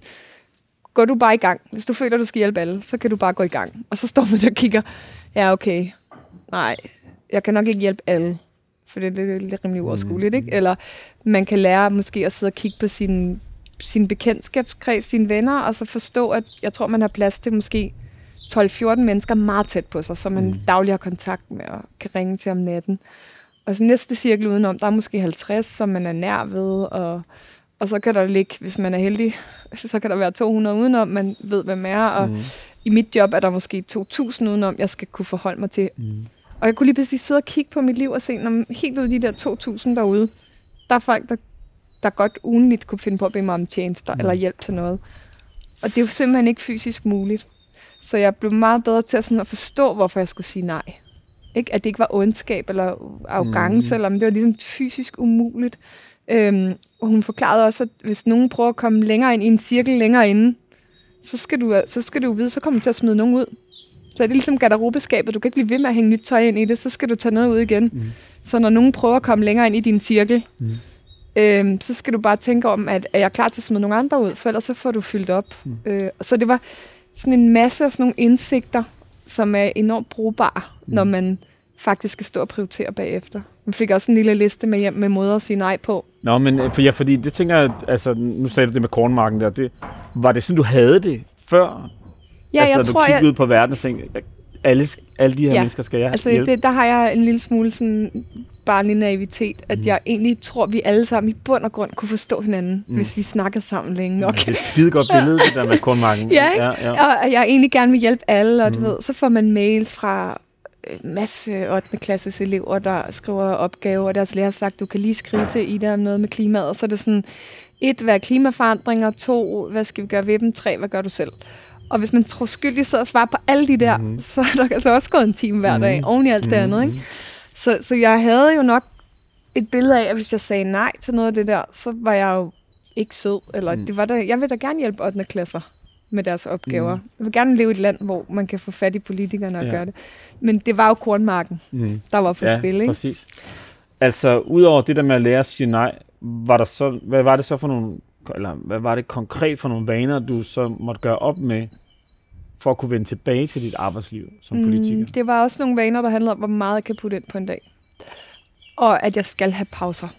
Går du bare i gang. Hvis du føler, du skal hjælpe alle, så kan du bare gå i gang. Og så står man der og kigger, ja okay, nej, jeg kan nok ikke hjælpe alle. For det er lidt rimelig uoverskueligt, ikke? Eller man kan lære måske at sidde og kigge på sin, sin bekendtskabskreds, sine venner, og så forstå, at jeg tror, man har plads til måske tolv fjorten mennesker meget tæt på sig, som man mm. daglig har kontakt med og kan ringe til om natten. Og så næste cirkel udenom, der er måske halvtreds, som man er nær ved, og, og så kan der ligge, hvis man er heldig, så kan der være to hundrede udenom, man ved, hvem er, og mm. i mit job er der måske to tusind udenom, jeg skal kunne forholde mig til. Mm. Og jeg kunne lige præcis sidde og kigge på mit liv og se, når helt ud af de der to tusind derude, der er folk, der, der godt ugenligt kunne finde på at bede mig om tjenester mm. eller hjælp til noget. Og det er jo simpelthen ikke fysisk muligt. Så jeg blev meget bedre til at, sådan at forstå, hvorfor jeg skulle sige nej. Ikke? At det ikke var ondskab eller arrogance, mm. eller men det var ligesom fysisk umuligt. Øhm, og hun forklarede også, at hvis nogen prøver at komme længere ind i en cirkel længere inde, så skal du, så skal du vide, så kommer du til at smide nogen ud. Så er det ligesom garderobeskabet. Du kan ikke blive ved med at hænge nyt tøj ind i det, så skal du tage noget ud igen. Mm. Så når nogen prøver at komme længere ind i din cirkel, mm. øhm, så skal du bare tænke om, at er jeg klar til at smide nogle andre ud, for ellers så får du fyldt op. Mm. Øh, så det var sådan en masse af sådan nogle indsigter, som er enormt brugbare, mm. når man faktisk skal stå og prioritere bagefter. Man fik også en lille liste med hjem med måder at sige nej på. Nå, men for, ja, fordi det tænker jeg, altså nu sagde du det med kornmarken der, det, var det sådan, du havde det før? Ja, altså, jeg du tror, kiggede jeg... ud på verden og tænkte, alle, alle de her ja. mennesker skal jeg altså, hjælpe. Det, der har jeg en lille smule sådan barnlig naivitet, at mm. jeg egentlig tror, at vi alle sammen i bund og grund kunne forstå hinanden, mm. hvis vi snakker sammen længe nok. Ja, det er et skide godt billede, det der med kornmarken. Ja, ikke? Ja, ja. Og jeg egentlig gerne vil hjælpe alle, og mm. du ved, så får man mails fra en masse ottende klasses elever, der skriver opgaver, og deres lærer har sagt, du kan lige skrive til Ida om noget med klimaet, og så er det sådan, et, hvad er klimaforandringer, to, hvad skal vi gøre ved dem, tre, hvad gør du selv? Og hvis man tror skyldig så at svare på alle de der, mm. så er der altså også gået en time hver dag, mm. oven i alt det andet. Ikke? Så, så jeg havde jo nok et billede af, at hvis jeg sagde nej til noget af det der, så var jeg jo ikke sød. Eller mm. det var der, jeg vil da gerne hjælpe ottende klasser med deres opgaver. Mm. Jeg vil gerne leve i et land, hvor man kan få fat i politikerne og ja. gøre det. Men det var jo kornmarken, mm. der var på ja, spil. Ikke? Præcis. Altså, udover det der med at lære at sige nej, var der så, hvad var det så for nogle, eller hvad var det konkret for nogle vaner, du så måtte gøre op med, for at kunne vende tilbage til dit arbejdsliv som mm, politiker? Det var også nogle vaner, der handlede om, hvor meget jeg kan putte ind på en dag. Og at jeg skal have pauser.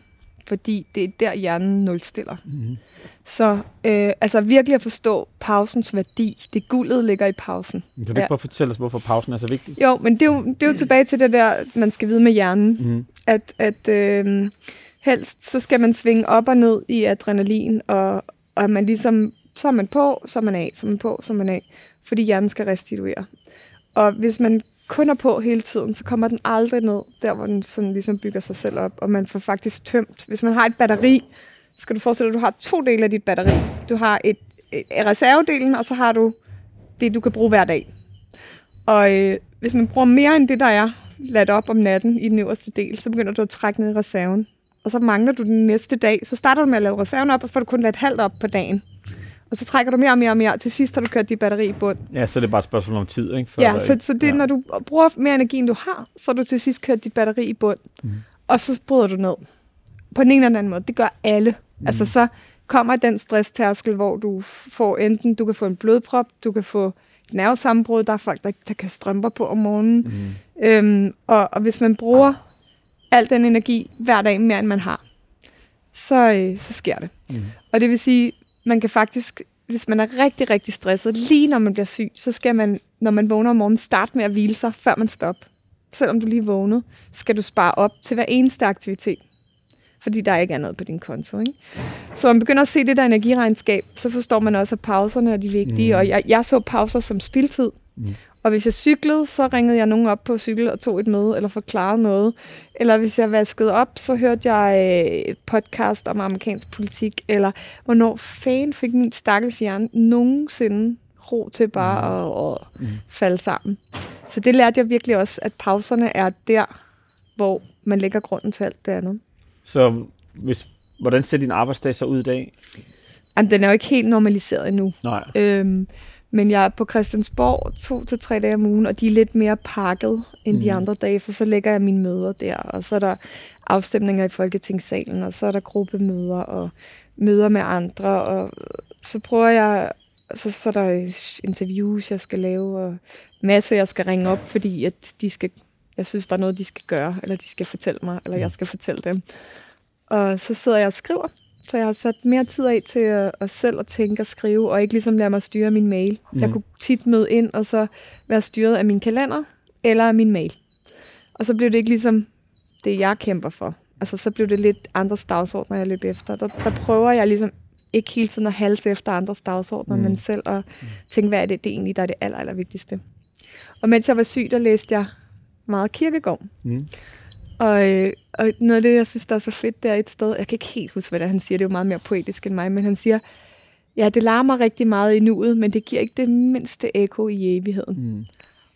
fordi det er der, hjernen nulstiller. Mm-hmm. Så øh, altså virkelig at forstå pausens værdi. Det guldet ligger i pausen. Kan du ikke Ja. bare fortælle os, hvorfor pausen er så vigtig? Jo, men det er jo, det er jo tilbage til det der, man skal vide med hjernen, Mm-hmm. at, at øh, helst så skal man svinge op og ned i adrenalin, og, og man ligesom, så er man på, så er man af, så er man på, så er man af, fordi hjernen skal restituere. Og hvis man kun er på hele tiden, så kommer den aldrig ned, der hvor den sådan ligesom bygger sig selv op, og man får faktisk tømt. Hvis man har et batteri, skal du forestille dig, at du har to dele af dit batteri. Du har et, et, et reservedelen, og så har du det, du kan bruge hver dag. Og øh, hvis man bruger mere end det, der er ladt op om natten i den øverste del, så begynder du at trække ned i reserven. Og så mangler du den næste dag. Så starter du med at lade reserven op, og så får du kun ladt halvt op på dagen. Og så trækker du mere og mere og mere. Til sidst har du kørt dit batteri i bund. Ja, så er det bare et spørgsmål om tid, ikke? For Ja, at- så, så det, ja. ja. når du bruger mere energi, end du har, så har du til sidst kørt dit batteri i bund. Mm. Og så bryder du ned. På den ene eller anden måde. Det gør alle. Mm. Altså så kommer den stresstærskel, hvor du får enten, du kan få en blodprop, du kan få et nervesammenbrud, der er folk, der, der kan strømper på om morgenen. Mm. Øhm, og, og hvis man bruger al den energi hver dag mere, end man har, så, øh, så sker det. Mm. Og det vil sige, man kan faktisk, hvis man er rigtig, rigtig stresset, lige når man bliver syg, så skal man, når man vågner om morgenen, starte med at hvile sig, før man stopper. Selvom du lige vågnede, skal du spare op til hver eneste aktivitet. Fordi der ikke er noget på din konto. Ikke? Så man begynder at se det der energiregnskab, så forstår man også, at pauserne er de vigtige. Mm. Og jeg, jeg så pauser som spildtid. Mm. Og hvis jeg cyklede, så ringede jeg nogen op på cykel og tog et møde, eller forklarede noget. Eller hvis jeg vaskede op, så hørte jeg et podcast om amerikansk politik. Eller hvornår fanden fik min stakkels hjerne nogensinde ro til bare at, at mm. falde sammen. Så det lærte jeg virkelig også, at pauserne er der, hvor man lægger grunden til alt det andet. Så hvis, hvordan ser din arbejdsdag så ud i dag? Jamen, den er jo ikke helt normaliseret endnu. Nej. Øhm, men jeg er på Christiansborg to til tre dage om ugen, og de er lidt mere pakket end mm. de andre dage, for så lægger jeg mine møder der, og så er der afstemninger i Folketingssalen, og så er der gruppemøder og møder med andre, og så prøver jeg, så, så er der interviews, jeg skal lave, og masse, jeg skal ringe op, fordi at de skal, jeg synes, der er noget, de skal gøre, eller de skal fortælle mig, eller jeg skal fortælle dem. Og så sidder jeg og skriver. Så jeg har sat mere tid af til at, at selv at tænke og skrive, og ikke ligesom lade mig styre min mail. Mm. Jeg kunne tit møde ind, og så være styret af min kalender, eller af min mail. Og så blev det ikke ligesom det, jeg kæmper for. Altså, så blev det lidt andres dagsordner, jeg løb efter. Der, der prøver jeg ligesom ikke hele tiden at halse efter andres dagsordner, mm. men selv at tænke, hvad er det, det er egentlig, der er det aller, aller vigtigste. Og mens jeg var syg, der læste jeg meget Kierkegaard. Mm. Og, øh, og noget af det, jeg synes, der er så fedt, det er et sted, jeg kan ikke helt huske, hvad det er, han siger, det er jo meget mere poetisk end mig, men han siger, ja, det larmer rigtig meget i nuet, men det giver ikke det mindste ekko i evigheden. Mm.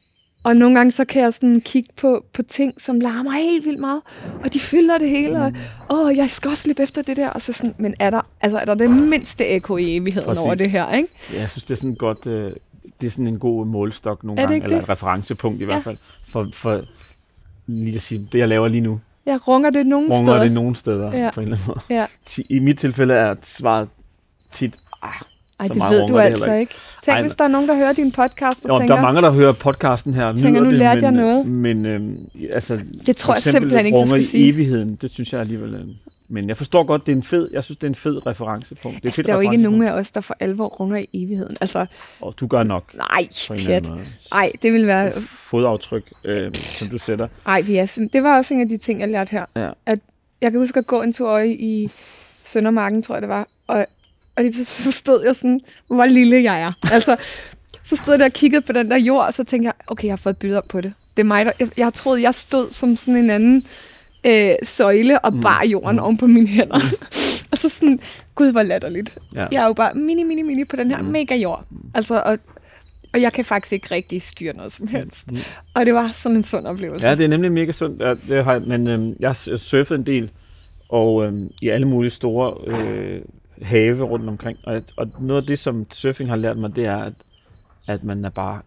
Og nogle gange, så kan jeg sådan kigge på, på ting, som larmer helt vildt meget, og de fylder det hele, og åh, jeg skal også løbe efter det der, og så sådan, men er der, altså, er der det mindste ekko i evigheden Præcis. Over det her, ikke? Ja, jeg synes, det er sådan godt, øh, det er sådan en god målestok nogle er gange, eller det? et referencepunkt i ja. hvert fald, for, for lige at sige, det jeg laver lige nu. Ja, runger det nogen runger steder? Runger det nogen steder, ja. på en eller anden måde. Ja. I mit tilfælde er svaret tit, ah, ej, det ved du altså ikke. ikke. Tænk, Ej, hvis der er nogen, der hører din podcast og jo, tænker... der er mange, der hører podcasten her. Tænker, nu lærte jeg noget. Men øhm, altså... Det tror jeg simpelthen ikke, du skal sige. Evigheden, det synes jeg alligevel... Øh, men jeg forstår godt, det er en fed... Jeg synes, det er en fed referencepunkt. Det er, altså, der er jo ikke nogen af os, der for alvor runger i evigheden. Altså... Og du gør nok. Nej, pjat. Nej, det vil være... Fodaftryk, øh, som du sætter. Nej, vi er... Det var også en af de ting, jeg lærte her. Ja. At jeg kan huske at gå en tur i Søndermarken, tror jeg det var, og Og lige så forstod jeg sådan, hvor lille jeg er. Altså, så stod jeg der og kiggede på den der jord, og så tænkte jeg, okay, jeg har fået et billede op på det. Det er mig, der... Jeg, jeg troede, jeg stod som sådan en anden øh, søjle og bar jorden mm. oven på mine hænder. Og så sådan, gud, hvor latterligt. Ja. Jeg er jo bare mini, mini, mini på den her mm. mega jord. Altså, og, og jeg kan faktisk ikke rigtig styre noget som helst. Mm. Og det var sådan en sund oplevelse. Ja, det er nemlig mega sundt. Ja, det har, men øh, jeg har surfet en del, og øh, i alle mulige store... Øh, have rundt omkring. Og, og noget af det, som surfing har lært mig, det er, at, at man er bare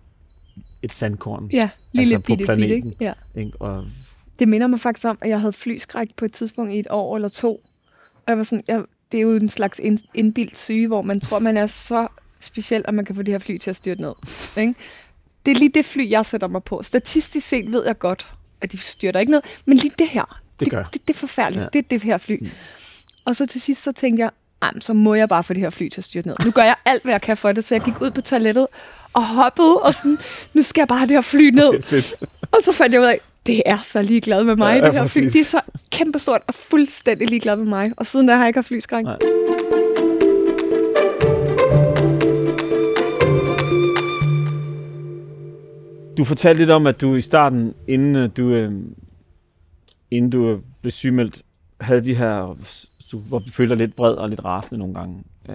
et sandkorn. Ja, lille altså bitte, på planeten. bitte, ja. Ikke? Og det minder mig faktisk om, at jeg havde flyskræk på et tidspunkt i et år eller to. Og jeg var sådan, jeg, det er jo en slags ind, indbildt syge, hvor man tror, man er så speciel, at man kan få det her fly til at styrte ned. Ikke? Det er lige det fly, jeg sætter mig på. Statistisk set ved jeg godt, at de styrter ikke ned, men lige det her, det, det, det, det er forfærdeligt. Ja. Det er det her fly. Mm. Og så til sidst, så tænkte jeg, så må jeg bare få det her fly til at styrte ned. Nu gør jeg alt, hvad jeg kan for det, så jeg gik ud på toilettet og hoppede, og sådan, nu skal jeg bare have det her fly ned. Og så fandt jeg ud af, det er så ligeglad med mig, ja, det her fly. Det er så kæmpestort og fuldstændig ligeglad med mig. Og siden der har jeg ikke haft flyskræk. Nej. Du fortalte lidt om, at du i starten, inden du, øh, inden du blev sygemeldt, havde de her, du, hvor du følte dig lidt vred og lidt rasende nogle gange. Øh,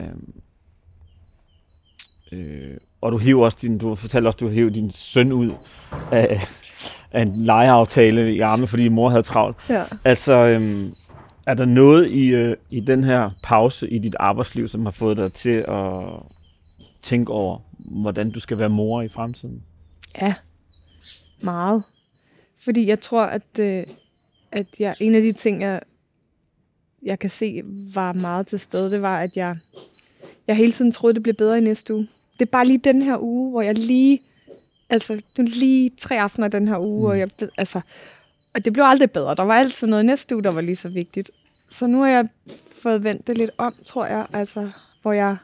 øh, og du hiver også din, du fortalte også, at du hiver din søn ud af, af en legeaftale i armene, fordi mor havde travlt. Ja. Altså, øh, er der noget i, øh, i den her pause i dit arbejdsliv, som har fået dig til at tænke over, hvordan du skal være mor i fremtiden? Ja, meget. Fordi jeg tror, at, øh, at jeg, en af de ting, jeg, jeg kan se, var meget til stede, det var, at jeg, jeg hele tiden troede, det blev bedre i næste uge. Det er bare lige den her uge, hvor jeg lige, altså lige tre aftener den her uge, mm. og jeg, altså, og det blev aldrig bedre. Der var altid noget næste uge, der var lige så vigtigt. Så nu har jeg fået vendt det lidt om, tror jeg, altså, hvor jeg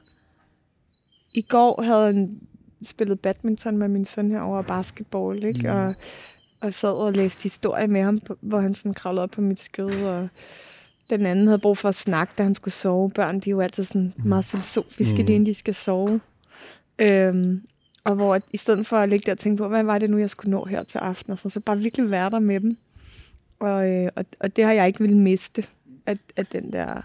i går havde en spillet badminton med min søn herovre og basketball, ikke? Mm. Og, og sad og læste historie med ham, hvor han sådan kravlede op på mit skød, og den anden havde brug for at snakke, da han skulle sove. Børn, de er jo altid sådan meget filosofiske, mm. det inden de skal sove. Øhm, og hvor at, i stedet for at ligge der og tænke på, hvad var det nu, jeg skulle nå her til aften, og så, så bare virkelig være der med dem. Og, øh, og, og det har jeg ikke ville miste, at, at den der,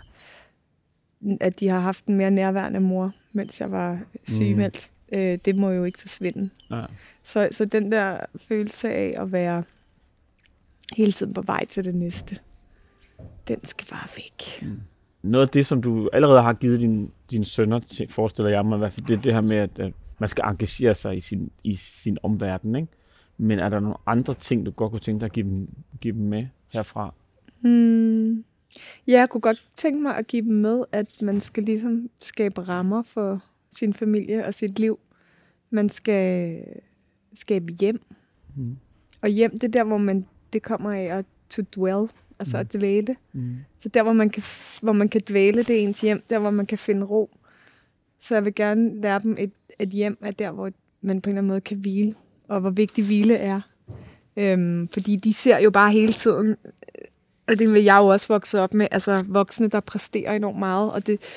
at de har haft en mere nærværende mor, mens jeg var sygemeldt. Mm. Øh, det må jo ikke forsvinde. Ja. Så, så den der følelse af at være hele tiden på vej til det næste, den skal bare væk. Mm. Noget af det, som du allerede har givet din, dine sønner til, forestiller jeg mig i hvert fald, det er det her med, at, at man skal engagere sig i sin, i sin omverden, ikke? Men er der nogle andre ting, du godt kunne tænke dig at give dem, give dem med herfra? Hmm. Ja, jeg kunne godt tænke mig at give dem med, at man skal ligesom skabe rammer for sin familie og sit liv. Man skal skabe hjem. Mm. Og hjem, det er der, hvor man, det kommer af at to dwell, altså mm. at dvæle. Mm. Så der, hvor man, kan, hvor man kan dvæle, det er ens hjem, der, hvor man kan finde ro. Så jeg vil gerne lære dem, et, et hjem er der, hvor man på en eller anden måde kan hvile, og hvor vigtig hvile er. Øhm, fordi de ser jo bare hele tiden, og det vil jeg jo også vokse op med, altså voksne, der præsterer enormt meget, og det,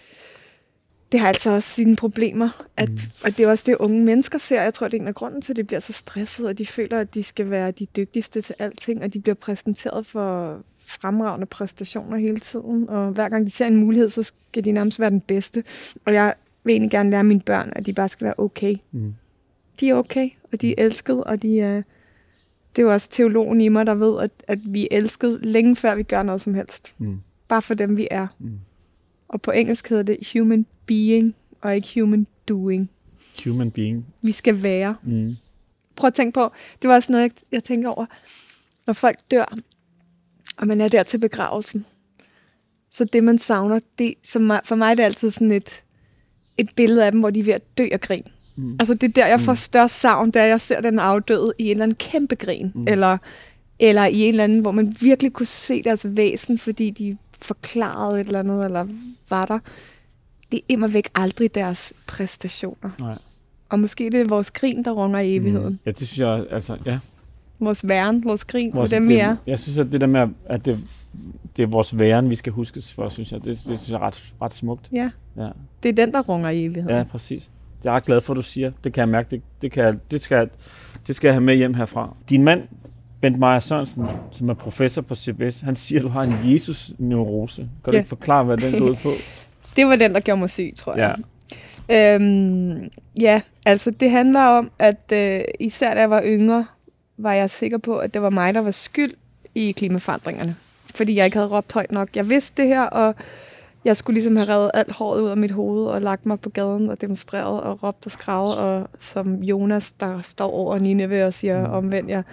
det har altså også sine problemer. At, mm. Og det er også det, unge mennesker ser. Jeg tror, det er en af grunden til, at de bliver så stresset, og de føler, at de skal være de dygtigste til alting, og de bliver præsenteret for fremragende præstationer hele tiden. Og hver gang de ser en mulighed, så skal de nærmest være den bedste. Og jeg vil egentlig gerne lære mine børn, at de bare skal være okay. Mm. De er okay, og de er elsket, og de er... Det er jo også teologen i mig, der ved, at, at vi er elsket længe før vi gør noget som helst. Mm. Bare for dem, vi er. Mm. Og på engelsk hedder det human being, og ikke human doing. Human being. Vi skal være. Mm. Prøv at tænke på, det var også noget, jeg, jeg tænker over, når folk dør, og man er der til begravelsen. Så det, man savner, det, som for mig er det altid sådan et, et billede af dem, hvor de er ved at dø af grin. Mm. Altså det er der, jeg får mm. størst savn, da jeg ser den afdøde i en eller anden kæmpe grin. Mm. Eller, eller i en eller anden, hvor man virkelig kunne se deres væsen, fordi de forklarede et eller andet, eller var der. Det er immervæk aldrig deres præstationer. Nej. Og måske det er vores grin, der runger i evigheden. Mm. Ja, det synes jeg, altså, ja. Vores væren, vores grin, vores, dem vi er. Jeg synes, at det der med, at det, det er vores væren, vi skal huskes for, synes jeg, det, det synes jeg er ret, ret smukt. Ja. ja, det er den, der runger i evigheden. Ja, præcis. Jeg er ret glad for, at du siger. Det kan jeg mærke. Det, det, kan jeg, det, skal, det skal jeg have med hjem herfra. Din mand, Bent Meyer Sørensen, som er professor på C B S, han siger, at du har en Jesus-neurose. Kan du ja. ikke forklare, hvad den går ud på? Det var den, der gjorde mig syg, tror jeg. Ja, øhm, ja altså det handler om, at øh, især da jeg var yngre, var jeg sikker på, at det var mig, der var skyld i klimaforandringerne. Fordi jeg ikke havde råbt højt nok. Jeg vidste det her, og jeg skulle ligesom have revet alt håret ud af mit hoved og lagt mig på gaden og demonstreret og råbt og skrevet, og som Jonas, der står over Nineve og siger, omvendt jer.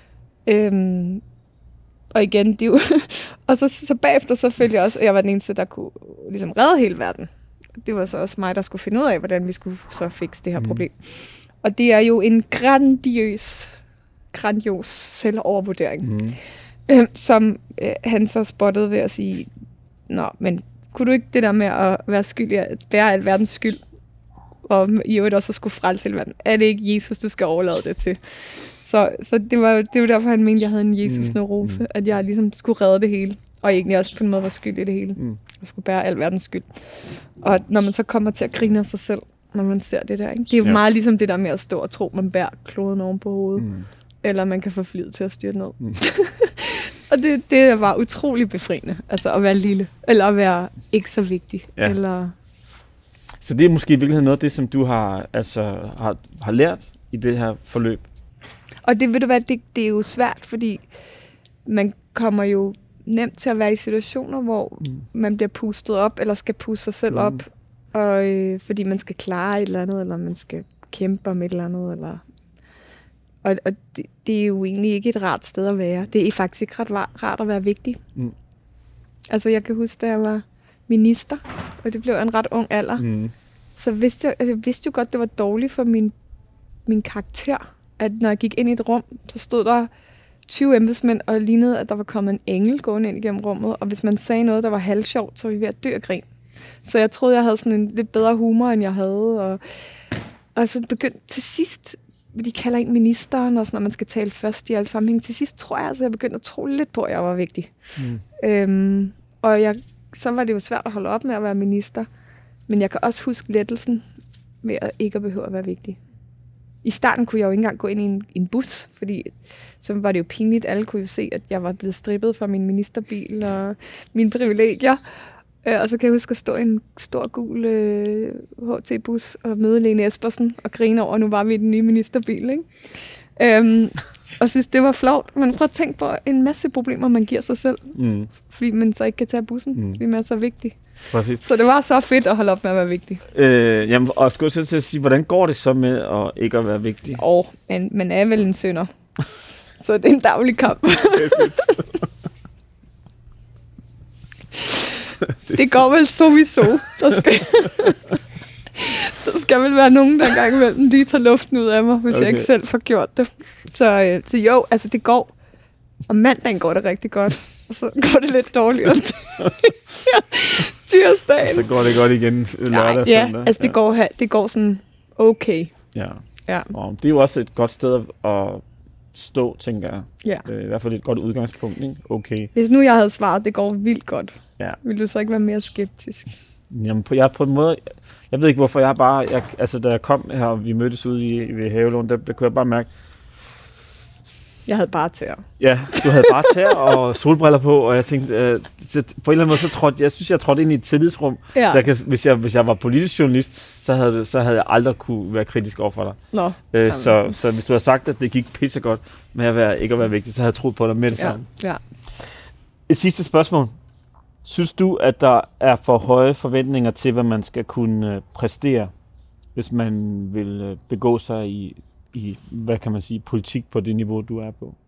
Øhm, og igen, de jo og så, så bagefter så følte jeg også, at jeg var den eneste, der kunne ligesom redde hele verden. Det var så også mig, der skulle finde ud af, hvordan vi skulle så fikse det her mm. problem. Og det er jo en grandiøs, grandios selvovervurdering, mm. øhm, som øh, han så spottede ved at sige, nå, men kunne du ikke det der med at være skyldig, at bære al verdens skyld, og i øvrigt også at skulle frelse hele verden, er det ikke Jesus, du skal overlade det til? Så, så det var jo det var derfor, han mente, at jeg havde en Jesus-neurose, mm. at jeg ligesom skulle redde det hele, og egentlig også på en måde var skyldig i det hele. Mm. Jeg skulle bære al verdens skyld. Og når man så kommer til at grine af sig selv, når man ser det der, ikke? Det er jo ja. meget ligesom det der med at stå og tro, man bærer kloden oven på hovedet, mm. eller man kan få flyet til at styrte ned. Mm. Og det, det var utrolig befriende, altså at være lille, eller at være ikke så vigtig. Ja. Eller... Så det er måske i virkeligheden noget af det, som du har, altså, har, har lært i det her forløb? Og det, ved du hvad, det, det er jo svært, fordi man kommer jo nemt til at være i situationer, hvor mm. man bliver pustet op, eller skal puste sig selv mm. op, og, øh, fordi man skal klare et eller andet, eller man skal kæmpe om et eller andet, eller... Og, og det, det er jo egentlig ikke et rart sted at være. Det er faktisk ikke ret rart at være vigtig. Mm. Altså, jeg kan huske, da jeg var minister, og det blev en ret ung alder, mm. så vidste jeg, altså, jeg vidste jo godt, det var dårligt for min, min karakter, at når jeg gik ind i et rum, så stod der tyve embedsmænd, og lignede, at der var kommet en engel gående ind igennem rummet, og hvis man sagde noget, der var halvsjovt, så var vi ved at dø af grin. Så jeg troede, jeg havde sådan en lidt bedre humor, end jeg havde, og, og så begyndte til sidst, de kalder en ministeren, og sådan, når man skal tale først i alle sammenhæng. Til sidst tror jeg, altså, jeg begyndte at tro lidt på, at jeg var vigtig. Mm. Øhm, og jeg, så var det jo svært at holde op med at være minister, men jeg kan også huske lettelsen med at ikke at behøve at være vigtig. I starten kunne jeg jo ikke engang gå ind i en, en bus, fordi så var det jo pinligt. Alle kunne jo se, at jeg var blevet strippet fra min ministerbil og mine privilegier. Og så kan jeg huske at stå i en stor gul øh, H T-bus og møde Lene Espersen og grine over, at nu var vi i den nye ministerbil, ikke? Øhm, og synes, det var flovt. Men prøv at tænke på en masse problemer, man giver sig selv, mm. fordi man så ikke kan tage bussen, mm. fordi man er så vigtig. Præcis. Så det var så fedt at holde op med at være vigtig. Øh, jamen, og skulle jeg til at sige, hvordan går det så med at ikke at være vigtig? Åh, man, man er vel en synder. Så det er en daglig kamp. Det går vel sowieso. Der skal, der skal vel være nogen, der engang imellem lige tager luften ud af mig, hvis okay. jeg ikke selv får gjort det. Så, øh, så jo, altså det går. Om mandagen går det rigtig godt, og så går det lidt dårligt om tirsdagen. Så går det godt igen lørdag og ja, søndag. altså det, ja. går, det går sådan okay. Ja. Ja. Og det er jo også et godt sted at stå, tænker jeg. Ja. Øh, I hvert fald et godt udgangspunkt, ikke? Okay. Hvis nu jeg havde svaret, det går vildt godt, ja. ville du så ikke være mere skeptisk? Jamen, på, jeg på en måde... Jeg ved ikke, hvorfor jeg bare... Jeg, altså, da jeg kom her, og vi mødtes ude i, ved Havelån, der, der kunne jeg bare mærke... Jeg havde bare tæer. Ja, du havde bare tæer og solbriller på, og jeg tænkte... Øh, så, på en eller anden måde, så trådte... Jeg synes, jeg trådte ind i et tillidsrum. Ja. Så jeg kan, hvis, jeg, hvis jeg var politisk journalist, så havde, så havde jeg aldrig kunne være kritisk over for dig. Nå. Øh, så, så hvis du havde sagt, at det gik pissegodt med at være, ikke at være vigtig, så havde jeg troet på dig med det samme. Ja. Ja. Et sidste spørgsmål. Synes du, at der er for høje forventninger til, hvad man skal kunne præstere, hvis man vil begå sig i, i hvad kan man sige, politik på det niveau, du er på?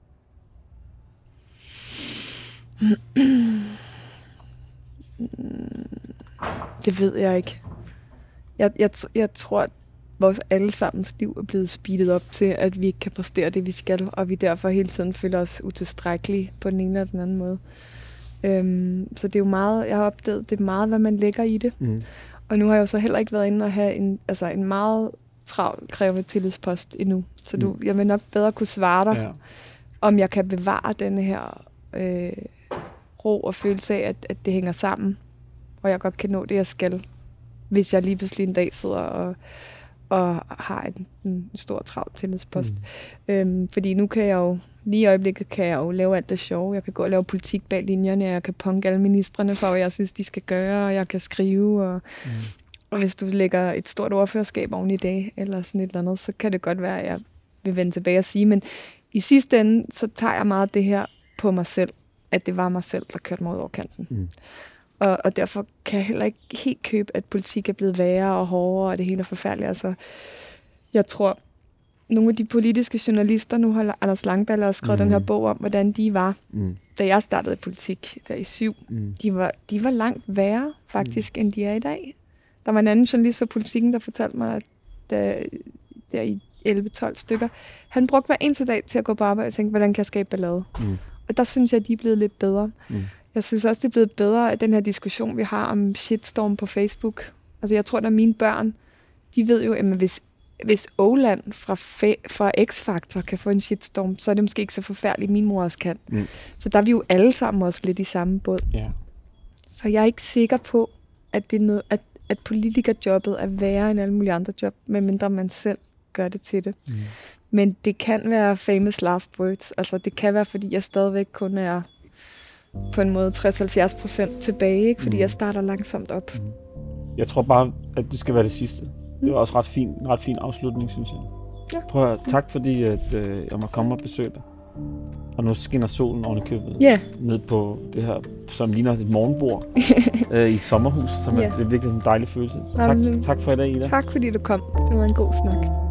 Det ved jeg ikke. Jeg, jeg, jeg tror, at vores allesammens liv er blevet speedet op til, at vi ikke kan præstere det, vi skal, og vi derfor hele tiden føler os utilstrækkelige på den ene eller den anden måde. Øhm, så det er jo meget, jeg har opdaget, det er meget, hvad man lægger i det. Mm. Og nu har jeg jo så heller ikke været inde og have en, altså en meget travl krævende tillidspost endnu. Så du, mm. jeg vil nok bedre kunne svare dig, ja. om jeg kan bevare denne her øh, ro og følelse af, at, at det hænger sammen. Og jeg godt kan nå det, jeg skal, hvis jeg lige pludselig en dag sidder og, og har en, en stor travl tillidspost. Mm. Øhm, fordi nu kan jeg jo, lige i øjeblikket kan jeg jo lave alt det sjove. Jeg kan gå og lave politik bag linjerne, og jeg kan punke alle ministrene for, hvad jeg synes, de skal gøre, og jeg kan skrive. Og, mm. og hvis du lægger et stort ordførerskab oven i dag, eller sådan et eller andet, så kan det godt være, at jeg vil vende tilbage og sige, men i sidste ende, så tager jeg meget det her på mig selv, at det var mig selv, der kørte mig ud over kanten. Mm. Og, og derfor kan jeg heller ikke helt købe, at politik er blevet værre og hårdere, og det hele er forfærdeligt. Altså, jeg tror, nogle af de politiske journalister, nu har Anders Langballe også skrevet mm. den her bog om, hvordan de var, mm. da jeg startede i politik, der i syv. Mm. De, var, de var langt værre, faktisk, mm. end de er i dag. Der var en anden journalist for Politikken, der fortalte mig, at der, der i elleve tolv stykker, han brugte hver eneste dag til at gå på arbejde og tænke, hvordan kan jeg skabe ballade? Mm. Og der synes jeg, at de er blevet lidt bedre. Mm. Jeg synes også, det er blevet bedre, den her diskussion, vi har om shitstorm på Facebook. Altså, jeg tror, at mine børn, de ved jo, at hvis, hvis Oland fra, fa- fra X-Factor kan få en shitstorm, så er det måske ikke så forfærdeligt, min mor også kan. Mm. Så der er vi jo alle sammen også lidt i samme båd. Ja. Så jeg er ikke sikker på, at, det er noget, at, at politikerjobbet er værre end alle mulige andre job, medmindre man selv gør det til det. Mm. Men det kan være famous last words. Altså, det kan være, fordi jeg stadigvæk kun er på en måde tres til halvfjerds procent tilbage, ikke? Fordi mm. jeg starter langsomt op. Mm. Jeg tror bare, at det skal være det sidste. Mm. Det var også ret fin, en ret fin afslutning, synes jeg. Ja. Prøv at, tak fordi, at øh, jeg må komme og besøge dig. Og nu skinner solen oven i købet yeah. ned på det her, som ligner et morgenbord øh, i et sommerhus, som yeah. er, det er virkelig en dejlig følelse. Tak, tak for i dag, Ida. Tak fordi du kom. Det var en god snak.